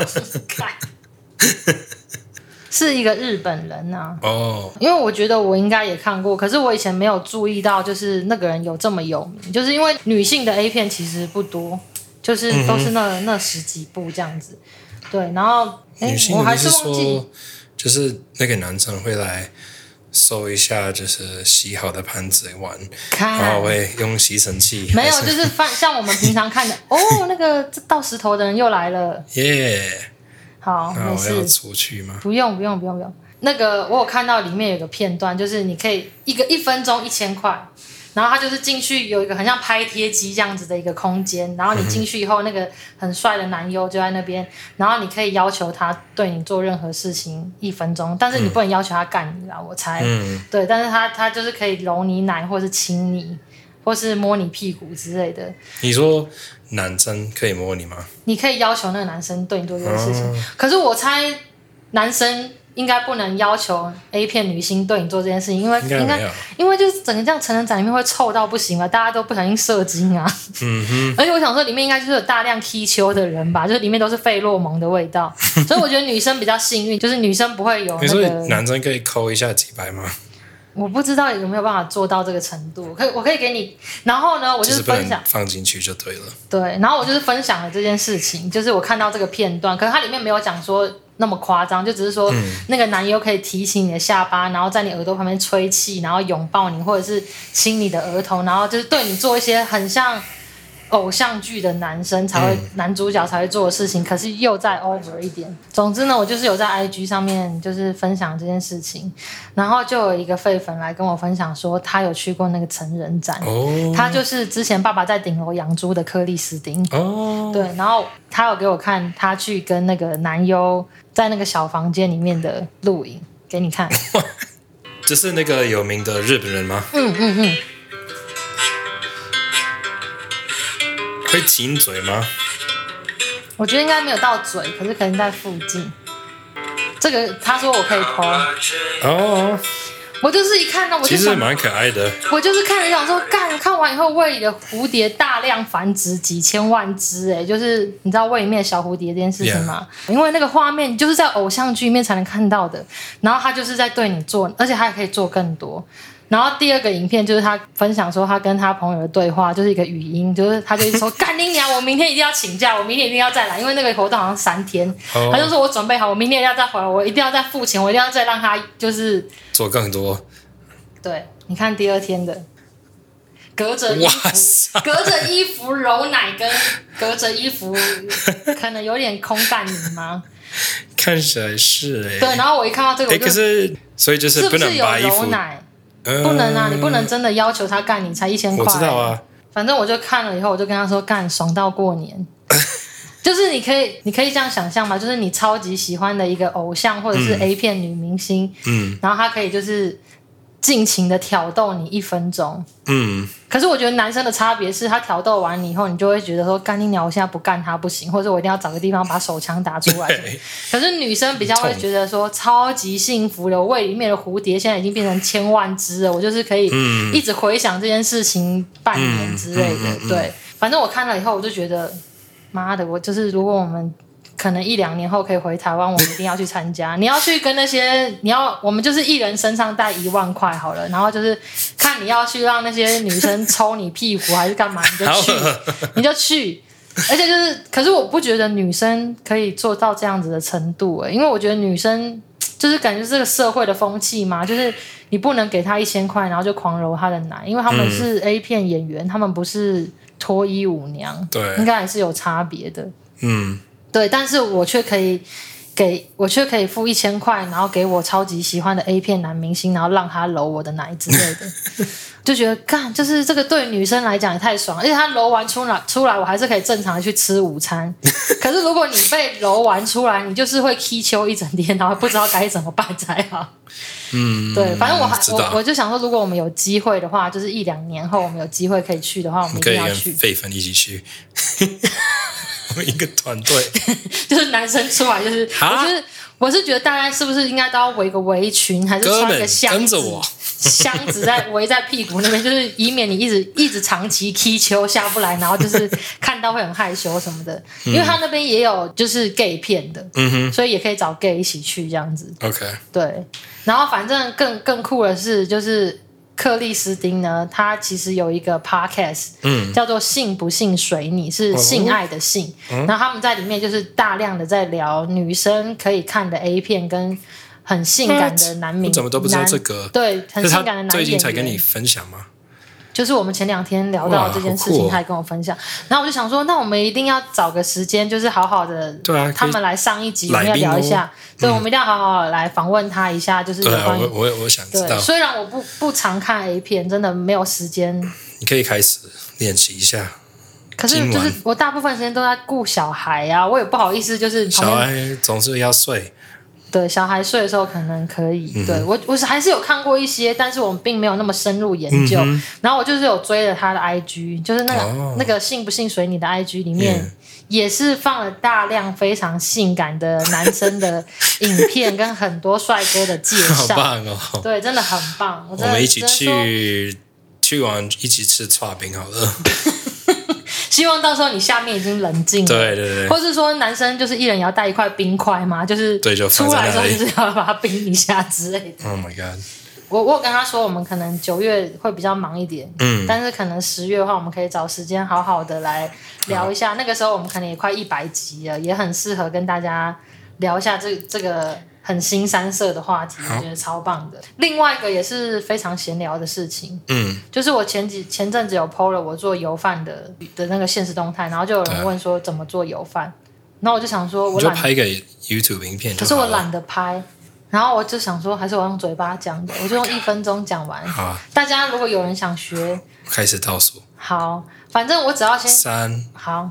S1: 是一个日本人啊。因为我觉得我应该也看过，可是我以前没有注意到，就是那个人有这么有名，就是因为女性的 A 片其实不多，就是都是那10几部这样子。对，然后我还是忘记，
S2: 就是那个男生会来收一下就是洗好的盘子玩，然后会用吸尘器。
S1: 没有，就是像我们平常看的那个倒石头的人又来了，
S2: 耶！
S1: 好，没事。
S2: 我要出去吗？
S1: 不用。那个我有看到里面有个片段，就是你可以1分钟1000块，然后他就是进去有一个很像拍贴机这样子的一个空间，然后你进去以后，那个很帅的男优就在那边，然后你可以要求他对你做任何事情1分钟，但是你不能要求他干你啦，我猜，对，但是他就是可以揉你奶，或是亲你，或是摸你屁股之类的。
S2: 你说男生可以摸你吗？
S1: 你可以要求那个男生对你做这件事情，可是我猜男生应该不能要求 A 片女星对你做这件事情，因为就是整个这样成人展里面会臭到不行啊，大家都不小心射精啊。而且我想说里面应该就是有大量踢球的人吧，就是里面都是费洛蒙的味道，所以我觉得女生比较幸运，就是女生不会有那个。
S2: 你说男生可以抠一下几百吗？
S1: 我不知道有没有办法做到这个程度，我可以给你。然后呢，我就是分享
S2: 放进去就对了。
S1: 对，然后我就是分享了这件事情，就是我看到这个片段，可是它里面没有讲说那么夸张，就只是说那个男优可以提起你的下巴，然后在你耳朵旁边吹气，然后拥抱你，或者是亲你的额头，然后就是对你做一些很像偶像剧的男生才会男主角才会做的事情，可是又再 over 一点。总之呢，我就是有在 IG 上面就是分享这件事情，然后就有一个废粉来跟我分享说他有去过那个成人展，他就是之前爸爸在顶楼养猪的克里斯汀，对，然后他有给我看他去跟那个男优在那个小房间里面的录影，给你看。
S2: 这是那个有名的日本人吗？会亲嘴吗？
S1: 我觉得应该没有到嘴，可是可能在附近。这个他说我可以 po。我就是一看到我就想，
S2: 其实蛮可爱的。
S1: 我就是看了想说，看完以后胃里的蝴蝶大量繁殖几千万只，就是你知道胃里面的小蝴蝶这件事情吗？因为那个画面就是在偶像剧里面才能看到的，然后他就是在对你做，而且他还可以做更多。然后第二个影片就是他分享说他跟他朋友的对话，就是一个语音，就是他就说干你娘，我明天一定要请假，我明天一定要再来，因为那个活动好像3天，他就说我准备好，我明天要再回来，我一定要再付钱，我一定要再让他就是做
S2: 更多。
S1: 对，你看第2天的，隔着衣服揉奶跟隔着衣服，可能有点空干你吗？
S2: 看起来是
S1: 对，然后我一看到这个，
S2: 可是所以就是不能把衣服，
S1: 是不是有揉奶？不能啊，你不能真的要求他干你才1000块。
S2: 我知道啊，
S1: 反正我就看了以后，我就跟他说干爽到过年。就是你可以这样想象嘛，就是你超级喜欢的一个偶像或者是 A 片女明星，然后他可以就是尽情的挑逗你1分钟。可是我觉得男生的差别是他挑逗完你以后，你就会觉得说干你鸟，我现在不干他不行，或者我一定要找个地方把手枪打出来。可是女生比较会觉得说超级幸福的，我胃里面的蝴蝶现在已经变成1000万只了，我就是可以一直回想这件事情半年之类的。对，反正我看了以后我就觉得妈的，我就是如果我们可能1-2年后可以回台湾，我们一定要去参加。你要去跟那些，我们就是一人身上带1万块好了，然后就是看你要去让那些女生抽你屁股还是干嘛，你就去。而且就是，可是我不觉得女生可以做到这样子的程度因为我觉得女生就是感觉这个社会的风气嘛，就是你不能给她1000块，然后就狂揉她的奶，因为他们是 A 片演员，他们不是脱衣舞娘，
S2: 对，
S1: 应该还是有差别的。对，但是我却可以付1000块，然后给我超级喜欢的 A 片男明星，然后让他揉我的奶之类的，就觉得干，就是这个对女生来讲也太爽，而且他揉完出来，我还是可以正常的去吃午餐。可是如果你被揉完出来，你就是会踢球一整天，然后不知道该怎么办才好。对，反正我就想说，如果我们有机会的话，就是1-2年后我们有机会可以去的话，我们一定要去。
S2: 可以跟狒粉一起去。我们一个团队
S1: 就是男生出来，就是我是觉得大家是不是应该都要围个围裙，还是穿个箱子？跟着我，箱子围在屁股那边，就是以免你一直长期踢球下不来，然后就是看到会很害羞什么的。因为他那边也有就是 gay 片的，所以也可以找 gay 一起去这样子。
S2: OK，
S1: 对，然后反正更酷的是就是克里斯汀呢，他其实有一个 podcast，叫做性不性随你，是性爱的性，然后他们在里面就是大量的在聊女生可以看的 A 片跟很性感的男明星，
S2: 我怎么都不知道这个，
S1: 对，很性感的男演员，
S2: 最近才跟你分享吗？
S1: 就是我们前2天聊到这件事情，他还跟我分享，然后我就想说，那我们一定要找个时间，就是好好的，他们来上一集，我们要聊一下，对，我们一定要好好来访问他一下，就是有关于
S2: 我想知道，
S1: 虽然我不常看 A 片，真的没有时间，
S2: 你可以开始练习一下。
S1: 可是就是我大部分时间都在顾小孩啊，我也不好意思，就是
S2: 小孩总是要睡。
S1: 对，小孩睡的时候可能可以。对，我还是有看过一些，但是我们并没有那么深入研究。然后我就是有追了他的 IG， 就是那个性不性随你的 IG 里面，也是放了大量非常性感的男生的影片，跟很多帅哥的介绍。
S2: 好棒哦！
S1: 对，真的很棒。我
S2: 们一起去完一起吃剉冰好了。
S1: 希望到时候你下面已经冷静了，
S2: 对，
S1: 或是说男生就是一人也要带一块冰块嘛，就是出来的时候就是要把它冰一下之类的。
S2: Oh my god！
S1: 我跟他说，我们可能9月会比较忙一点，但是可能10月的话，我们可以找时间好好的来聊一下。那个时候我们可能也快100集了，也很适合跟大家聊一下这个很新三色的话题，我觉得超棒的。另外一个也是非常闲聊的事情，就是我前阵子有 PO 了我做油饭的那个限时动态，然后就有人问说怎么做油饭，然后我就想说我
S2: 就拍一个 YouTube 影片就好了，
S1: 可是我懒得拍。然后我就想说，还是我用嘴巴讲的，我就用1分钟讲完。
S2: 好，
S1: 大家如果有人想学，
S2: 开始倒数。
S1: 好，反正我只要先
S2: 3、
S1: 好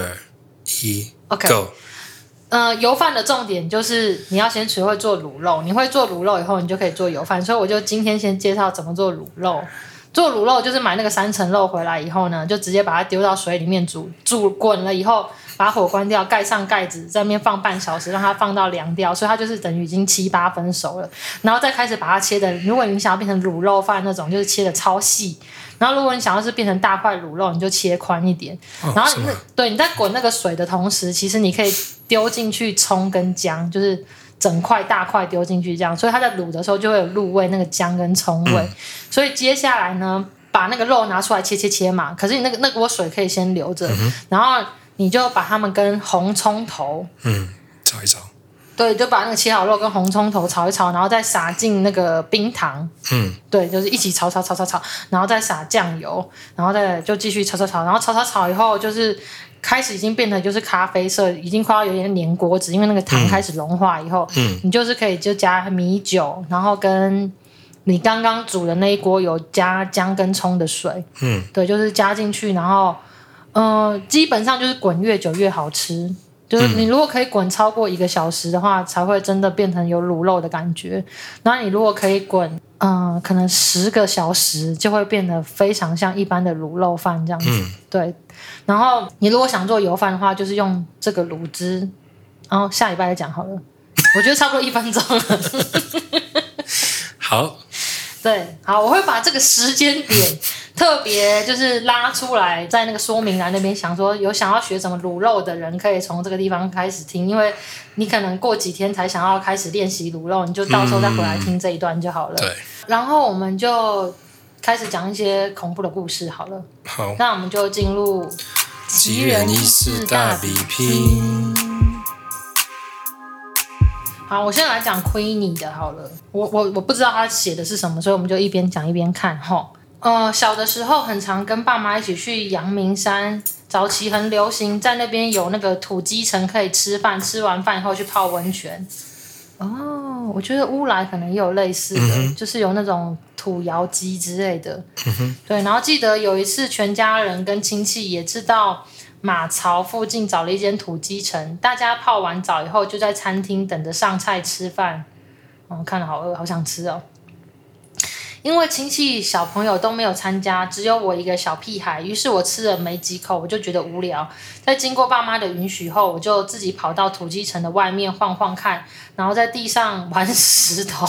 S2: 2、1
S1: ，OK。
S2: Go。
S1: 油饭的重点就是你要先学会做卤肉，你会做卤肉以后，你就可以做油饭。所以我就今天先介绍怎么做卤肉。做卤肉就是买那个3层肉回来以后呢，就直接把它丢到水里面煮滚了以后，把火关掉，盖上盖子，在那边放半小时，让它放到凉掉，所以它就是等于已经7、8分熟了。然后再开始把它切的，如果你想要变成卤肉饭那种，就是切的超细。然后如果你想要是变成大块卤肉，你就切宽一点。然后对，你在滚那个水的同时，其实你可以丢进去葱跟姜，就是整块大块丢进去这样，所以它在卤的时候就会有入味那个姜跟葱味。所以接下来呢，把那个肉拿出来切嘛，可是你那个锅水可以先留着，然后你就把它们跟红葱头
S2: 炒一炒。
S1: 对，就把那个切好肉跟红葱头炒一炒，然后再撒进那个冰糖，对，就是一起炒，然后再撒酱油，然后再就继续炒，然后炒以后就是开始已经变成就是咖啡色，已经快要有点黏锅子，因为那个糖开始融化以后，你就是可以就加米酒，然后跟你刚刚煮的那一锅有加姜跟葱的水，对，就是加进去，然后基本上就是滚越久越好吃。就是你如果可以滚超过1个小时的话，才会真的变成有卤肉的感觉。然后你如果可以滚可能10个小时就会变得非常像一般的卤肉饭这样子。对。然后你如果想做油饭的话，就是用这个卤汁，然后下礼拜再讲好了。我觉得差不多1分钟了。
S2: 好。
S1: 对，好，我会把这个时间点特别就是拉出来，在那个说明栏那边，想说有想要学什么卤肉的人，可以从这个地方开始听，因为你可能过几天才想要开始练习卤肉，你就到时候再回来听这一段就好了。
S2: 对。
S1: 然后我们就开始讲一些恐怖的故事好了。
S2: 好，
S1: 那我们就进入
S2: 奇人异事大比拼。
S1: 好，我先来讲 Queenie 的好了。我不知道他写的是什么，所以我们就一边讲一边看吼。小的时候很常跟爸妈一起去阳明山，早期很流行，在那边有那个土鸡城可以吃饭，吃完饭以后去泡温泉。我觉得乌来可能也有类似的，就是有那种土窑鸡之类的。对，然后记得有一次全家人跟亲戚也知道马槽附近找了一间土鸡城，大家泡完澡以后就在餐厅等着上菜吃饭。看了好饿，好想吃哦。因为亲戚小朋友都没有参加，只有我一个小屁孩，于是我吃了没几口，我就觉得无聊。在经过爸妈的允许后，我就自己跑到土鸡城的外面晃晃看，然后在地上玩石头。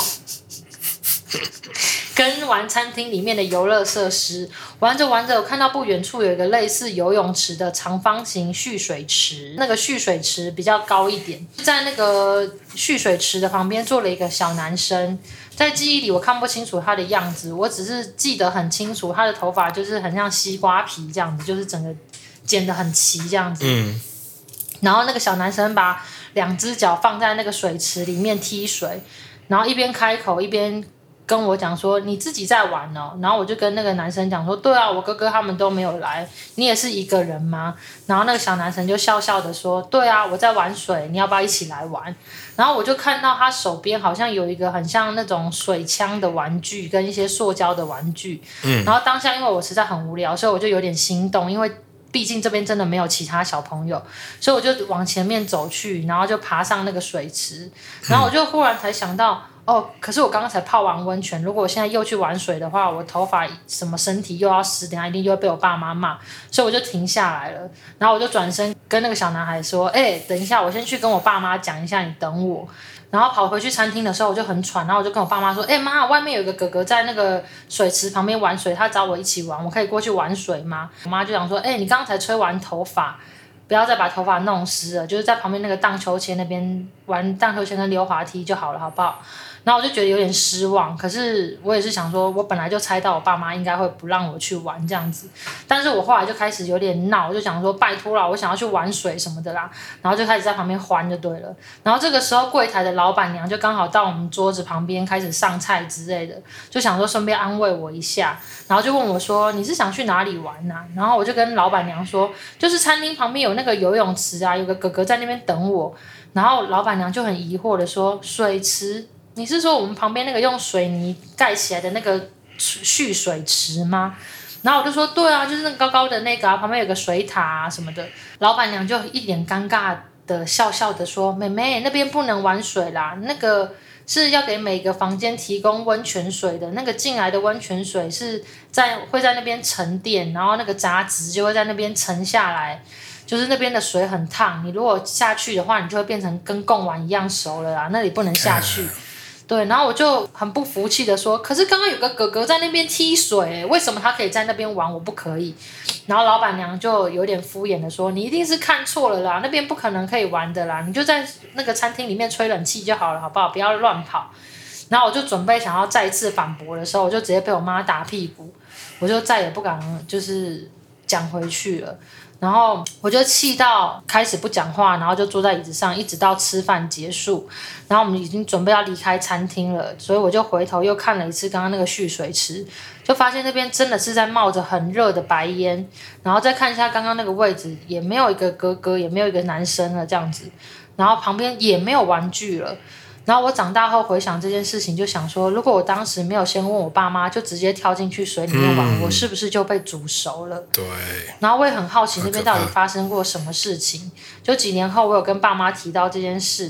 S1: 跟玩餐厅里面的游乐设施，玩着玩着，我看到不远处有一个类似游泳池的长方形蓄水池，那个蓄水池比较高一点，在那个蓄水池的旁边坐了一个小男生，在记忆里我看不清楚他的样子，我只是记得很清楚，他的头发就是很像西瓜皮这样子，就是整个剪得很齐这样子。然后那个小男生把2只脚放在那个水池里面踢水，然后一边开口一边跟我讲说你自己在玩哦，然后我就跟那个男生讲说对啊，我哥哥他们都没有来，你也是一个人吗？然后那个小男生就笑笑的说对啊，我在玩水，你要不要一起来玩？然后我就看到他手边好像有一个很像那种水枪的玩具跟一些塑胶的玩具。然后当下因为我实在很无聊，所以我就有点心动，因为毕竟这边真的没有其他小朋友，所以我就往前面走去，然后就爬上那个水池，然后我就忽然才想到可是我刚刚才泡完温泉，如果我现在又去玩水的话，我头发什么身体又要湿，等一下一定就会被我爸妈骂，所以我就停下来了，然后我就转身跟那个小男孩说等一下，我先去跟我爸妈讲一下，你等我。然后跑回去餐厅的时候我就很喘，然后我就跟我爸妈说妈，外面有个哥哥在那个水池旁边玩水，他找我一起玩，我可以过去玩水吗？我妈就讲说你刚才吹完头发，不要再把头发弄湿了，就是在旁边那个荡秋千那边玩荡秋千跟溜滑梯就好了，好不好？然后我就觉得有点失望，可是我也是想说，我本来就猜到我爸妈应该会不让我去玩这样子，但是我后来就开始有点闹，我就想说拜托啦，我想要去玩水什么的啦，然后就开始在旁边欢就对了。然后这个时候柜台的老板娘就刚好到我们桌子旁边开始上菜之类的，就想说顺便安慰我一下，然后就问我说你是想去哪里玩啊？然后我就跟老板娘说，就是餐厅旁边有那个游泳池啊，有个哥哥在那边等我。然后老板娘就很疑惑的说水池？你是说我们旁边那个用水泥盖起来的那个蓄水池吗？然后我就说对啊，就是那个高高的那个旁边有个水塔啊什么的。老板娘就一脸尴尬的笑笑的说妹妹，那边不能玩水啦，那个是要给每个房间提供温泉水的，那个进来的温泉水是会在那边沉淀，然后那个杂质就会在那边沉下来，就是那边的水很烫，你如果下去的话你就会变成跟贡丸一样熟了啦，那里不能下去。对，然后我就很不服气的说，可是刚刚有个哥哥在那边踢水，为什么他可以在那边玩，我不可以？然后老板娘就有点敷衍的说，你一定是看错了啦，那边不可能可以玩的啦，你就在那个餐厅里面吹冷气就好了，好不好？不要乱跑。然后我就准备想要再一次反驳的时候，我就直接被我妈打屁股，我就再也不敢就是讲回去了。然后我就气到开始不讲话，然后就坐在椅子上，一直到吃饭结束。然后我们已经准备要离开餐厅了，所以我就回头又看了一次刚刚那个蓄水池，就发现那边真的是在冒着很热的白烟。然后再看一下刚刚那个位置，也没有一个哥哥，也没有一个男生了这样子，然后旁边也没有玩具了。然后我长大后回想这件事情，就想说，如果我当时没有先问我爸妈，就直接跳进去水里面玩，我是不是就被煮熟了？
S2: 对。
S1: 然后我也很好奇那边到底发生过什么事情。就几年后，我有跟爸妈提到这件事，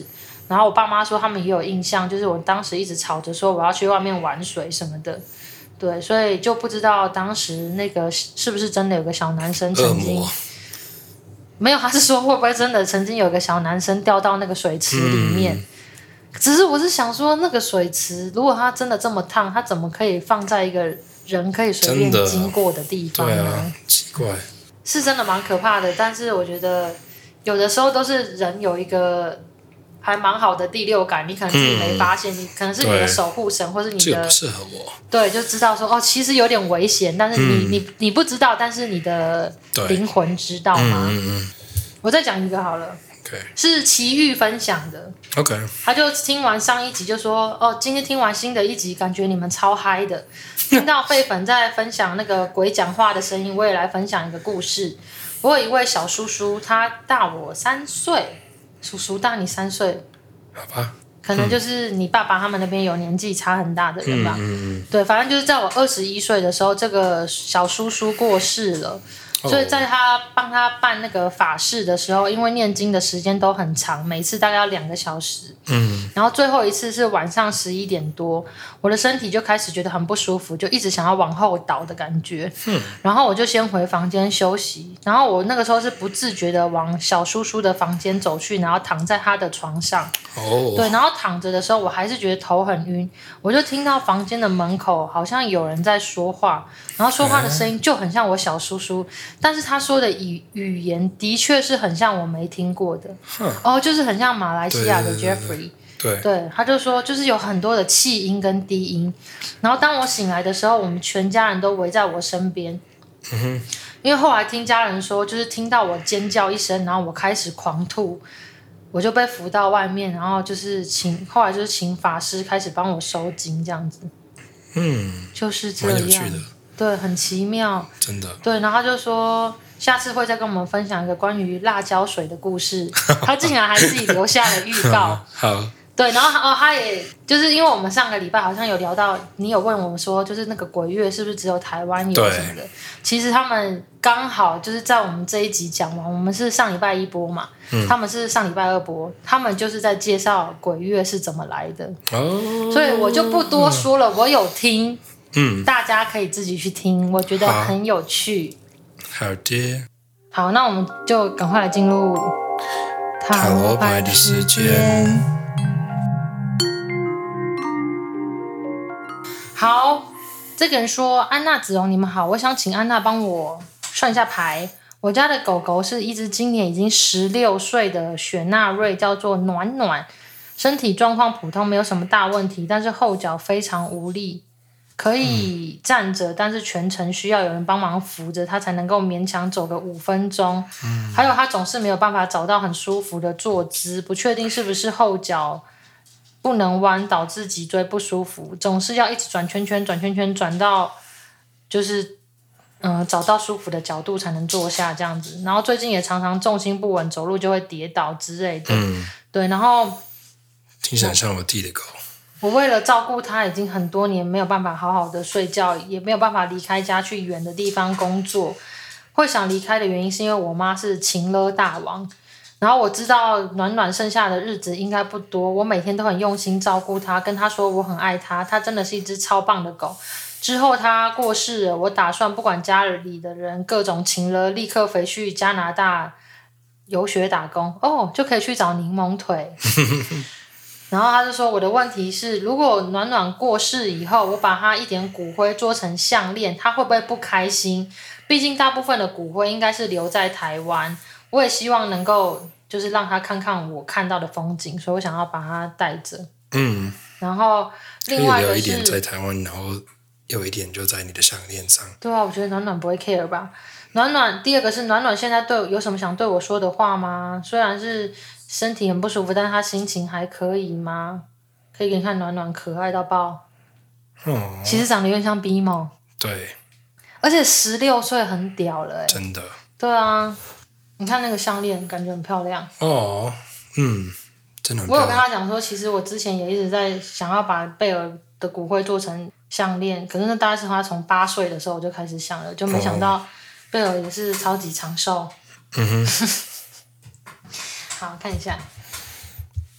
S1: 然后我爸妈说他们也有印象，就是我当时一直吵着说我要去外面玩水什么的，对，所以就不知道当时那个是不是真的有个小男生曾经，没有，他是说会不会真的曾经有个小男生掉到那个水池里面。只是我是想说，那个水池如果它真的这么烫，它怎么可以放在一个人可以随便经过的地方呢？
S2: 对啊，奇怪，
S1: 是真的蛮可怕的。但是我觉得有的时候都是人有一个还蛮好的第六感，你可能自己没发现，你可能是你的守护神，或是你的
S2: 这个不适合我，
S1: 对，就知道说哦，其实有点危险，但是你不知道，但是你的灵魂知道吗？我再讲一个好了。
S2: Okay.
S1: 是奇遇分享的
S2: ，OK，
S1: 他就听完上一集就说哦，今天听完新的一集，感觉你们超嗨的。听到费粉在分享那个鬼讲话的声音，我也来分享一个故事。我有一位小叔叔，他大我3岁，叔叔大你3岁，
S2: 好吧，
S1: 可能就是你爸爸他们那边有年纪差很大的人吧。对，反正就是在我21岁的时候，这个小叔叔过世了。所以在他帮他办那个法事的时候，因为念经的时间都很长，每次大概要2个小时。然后最后一次是晚上11点多，我的身体就开始觉得很不舒服，就一直想要往后倒的感觉。然后我就先回房间休息。然后我那个时候是不自觉的往小叔叔的房间走去，然后躺在他的床上。对，然后躺着的时候，我还是觉得头很晕，我就听到房间的门口好像有人在说话，然后说话的声音就很像我小叔叔。但是他说的语言的确是很像我没听过的，就是很像马来西亚的 Jeffrey， 对，他就说就是有很多的气音跟低音，然后当我醒来的时候，我们全家人都围在我身边，因为后来听家人说，就是听到我尖叫一声，然后我开始狂吐，我就被扶到外面，然后就是后来就是请法师开始帮我收惊这样子，就是这样，蛮有趣的。对，很奇妙，
S2: 真的。对，
S1: 然后他就说下次会再跟我们分享一个关于辣椒水的故事。他竟然还自己留下了预告。
S2: 好。
S1: 对，然后他也就是因为我们上个礼拜好像有聊到，你有问我们说，就是那个鬼月是不是只有台湾有什么的？其实他们刚好就是在我们这一集讲完，我们是上礼拜1播嘛，他们是上礼拜2播，他们就是在介绍鬼月是怎么来的。所以我就不多说了，我有听。大家可以自己去听，我觉得很有趣。
S2: 好的。
S1: 好，那我们就赶快来进入塔罗牌的时间。好，这个人说：“安娜子荣，你们好，我想请安娜帮我算一下牌。我家的狗狗是一只今年已经16岁的雪纳瑞，叫做暖暖，身体状况普通，没有什么大问题，但是后脚非常无力。”可以站着，但是全程需要有人帮忙扶着他才能够勉强走个5分钟。还有他总是没有办法找到很舒服的坐姿，不确定是不是后脚不能弯导致脊椎不舒服，总是要一直转圈圈转到就是找到舒服的角度才能坐下这样子。然后最近也常常重心不稳，走路就会跌倒之类的。对，然后
S2: 听起来像我弟的狗。
S1: 我为了照顾他，已经很多年没有办法好好的睡觉，也没有办法离开家去远的地方工作。会想离开的原因是因为我妈是情勒大王，然后我知道暖暖剩下的日子应该不多，我每天都很用心照顾她，跟她说我很爱她，她真的是一只超棒的狗。之后她过世了，我打算不管家里的人各种情勒，立刻飞去加拿大游学打工，就可以去找柠檬腿。然后他就说我的问题是，如果暖暖过世以后，我把他一点骨灰做成项链，他会不会不开心？毕竟大部分的骨灰应该是留在台湾，我也希望能够就是让他看看我看到的风景，所以我想要把他带着。然后另外一个是
S2: 有一点在台湾，然后有一点就在你的项链上。
S1: 对啊，我觉得暖暖不会 care 吧。暖暖第二个是暖暖现在有什么想对我说的话吗？虽然是身体很不舒服，但是他心情还可以吗？可以给你看暖暖可爱到爆。其实长得有点像 BMO。
S2: 对。
S1: 而且16岁很屌了
S2: 真的。
S1: 对啊，你看那个项链，感觉很漂亮。
S2: 真的很漂亮。
S1: 我有跟他讲说，其实我之前也一直在想要把贝尔的骨灰做成项链，可是那大概是他从8岁的时候我就开始想了，就没想到贝尔也是超级长寿。好，看一下。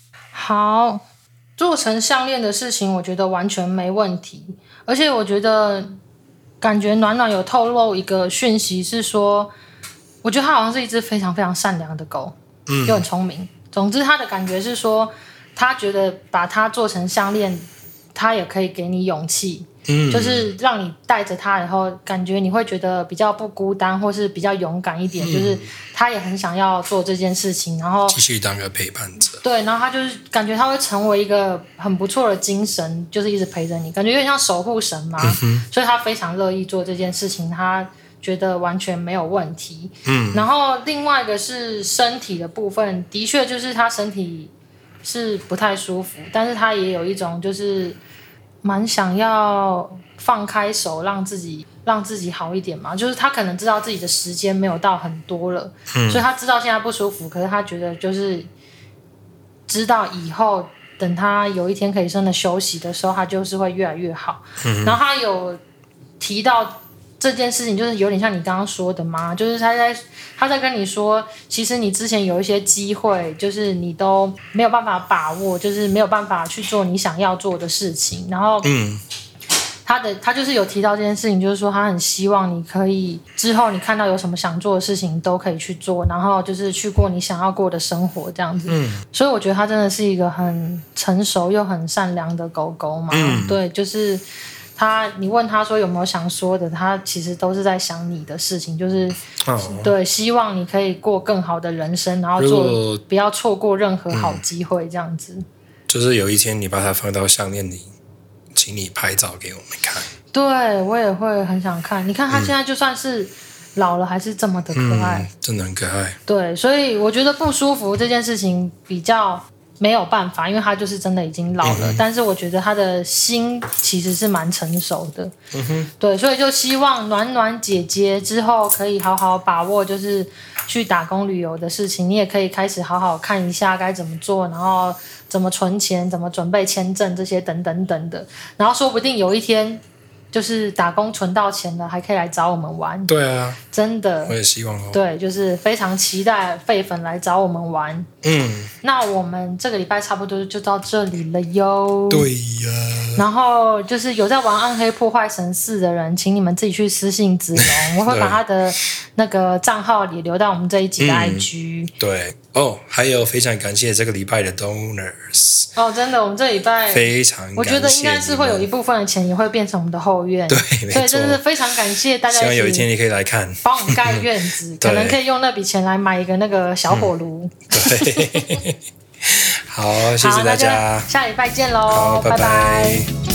S1: 好，做成项链的事情，我觉得完全没问题。而且我觉得，感觉暖暖有透露一个讯息是说，我觉得它好像是一只非常非常善良的狗，又很聪明。总之，他的感觉是说，他觉得把它做成项链，它也可以给你勇气。就是让你带着它以后，感觉你会觉得比较不孤单，或是比较勇敢一点。就是他也很想要做这件事情，然后
S2: 继续当个陪伴者。
S1: 对，然后他就是感觉他会成为一个很不错的精神，就是一直陪着你，感觉有点像守护神嘛。所以他非常乐意做这件事情，他觉得完全没有问题。然后另外一个是身体的部分，的确就是他身体是不太舒服，但是他也有一种就是蛮想要放开手，让自己好一点嘛。就是他可能知道自己的时间没有到很多了，所以他知道现在不舒服，可是他觉得就是知道以后等他有一天可以真的休息的时候，他就是会越来越好。然后他有提到这件事情，就是有点像你刚刚说的嘛，就是他在跟你说，其实你之前有一些机会，就是你都没有办法把握，就是没有办法去做你想要做的事情。然后他就是有提到这件事情，就是说他很希望你可以之后你看到有什么想做的事情都可以去做，然后就是去过你想要过的生活这样子。所以我觉得他真的是一个很成熟又很善良的狗狗嘛。对，就是你问他说有没有想说的，他其实都是在想你的事情，就是对，希望你可以过更好的人生，然后不要错过任何好机会这样子。
S2: 就是有一天你把它放到项链里，请你拍照给我们看。
S1: 对，我也会很想看。你看他现在就算是老了，还是这么的可爱，
S2: 真的很可爱。
S1: 对，所以我觉得不舒服这件事情比较没有办法，因为他就是真的已经老了。但是我觉得他的心其实是蛮成熟的。对，所以就希望暖暖姐姐之后可以好好把握，就是去打工旅游的事情。你也可以开始好好看一下该怎么做，然后怎么存钱，怎么准备签证这些等等等的。然后说不定有一天就是打工存到钱了，还可以来找我们玩。
S2: 对啊，
S1: 真的，
S2: 我也希望哦。
S1: 对，就是非常期待废粉来找我们玩。那我们这个礼拜差不多就到这里了哟。
S2: 对呀。
S1: 然后就是有在玩暗黑破坏神4的人，请你们自己去私信子龙，我会把他的那个账号也留到我们这一集的 IG。
S2: 对还有非常感谢这个礼拜的 donors。
S1: 真的，我们这礼拜
S2: 非常感谢，
S1: 我觉得应该是会有一部分的钱也会变成我们的后院。
S2: 对，没错。
S1: 所以真的是非常感谢大家，
S2: 希望有一天你可以来看，
S1: 帮我们盖院子，可能可以用那笔钱来买一个那个小火炉。
S2: 对，好，谢谢大家，
S1: 下礼拜见喽，拜拜。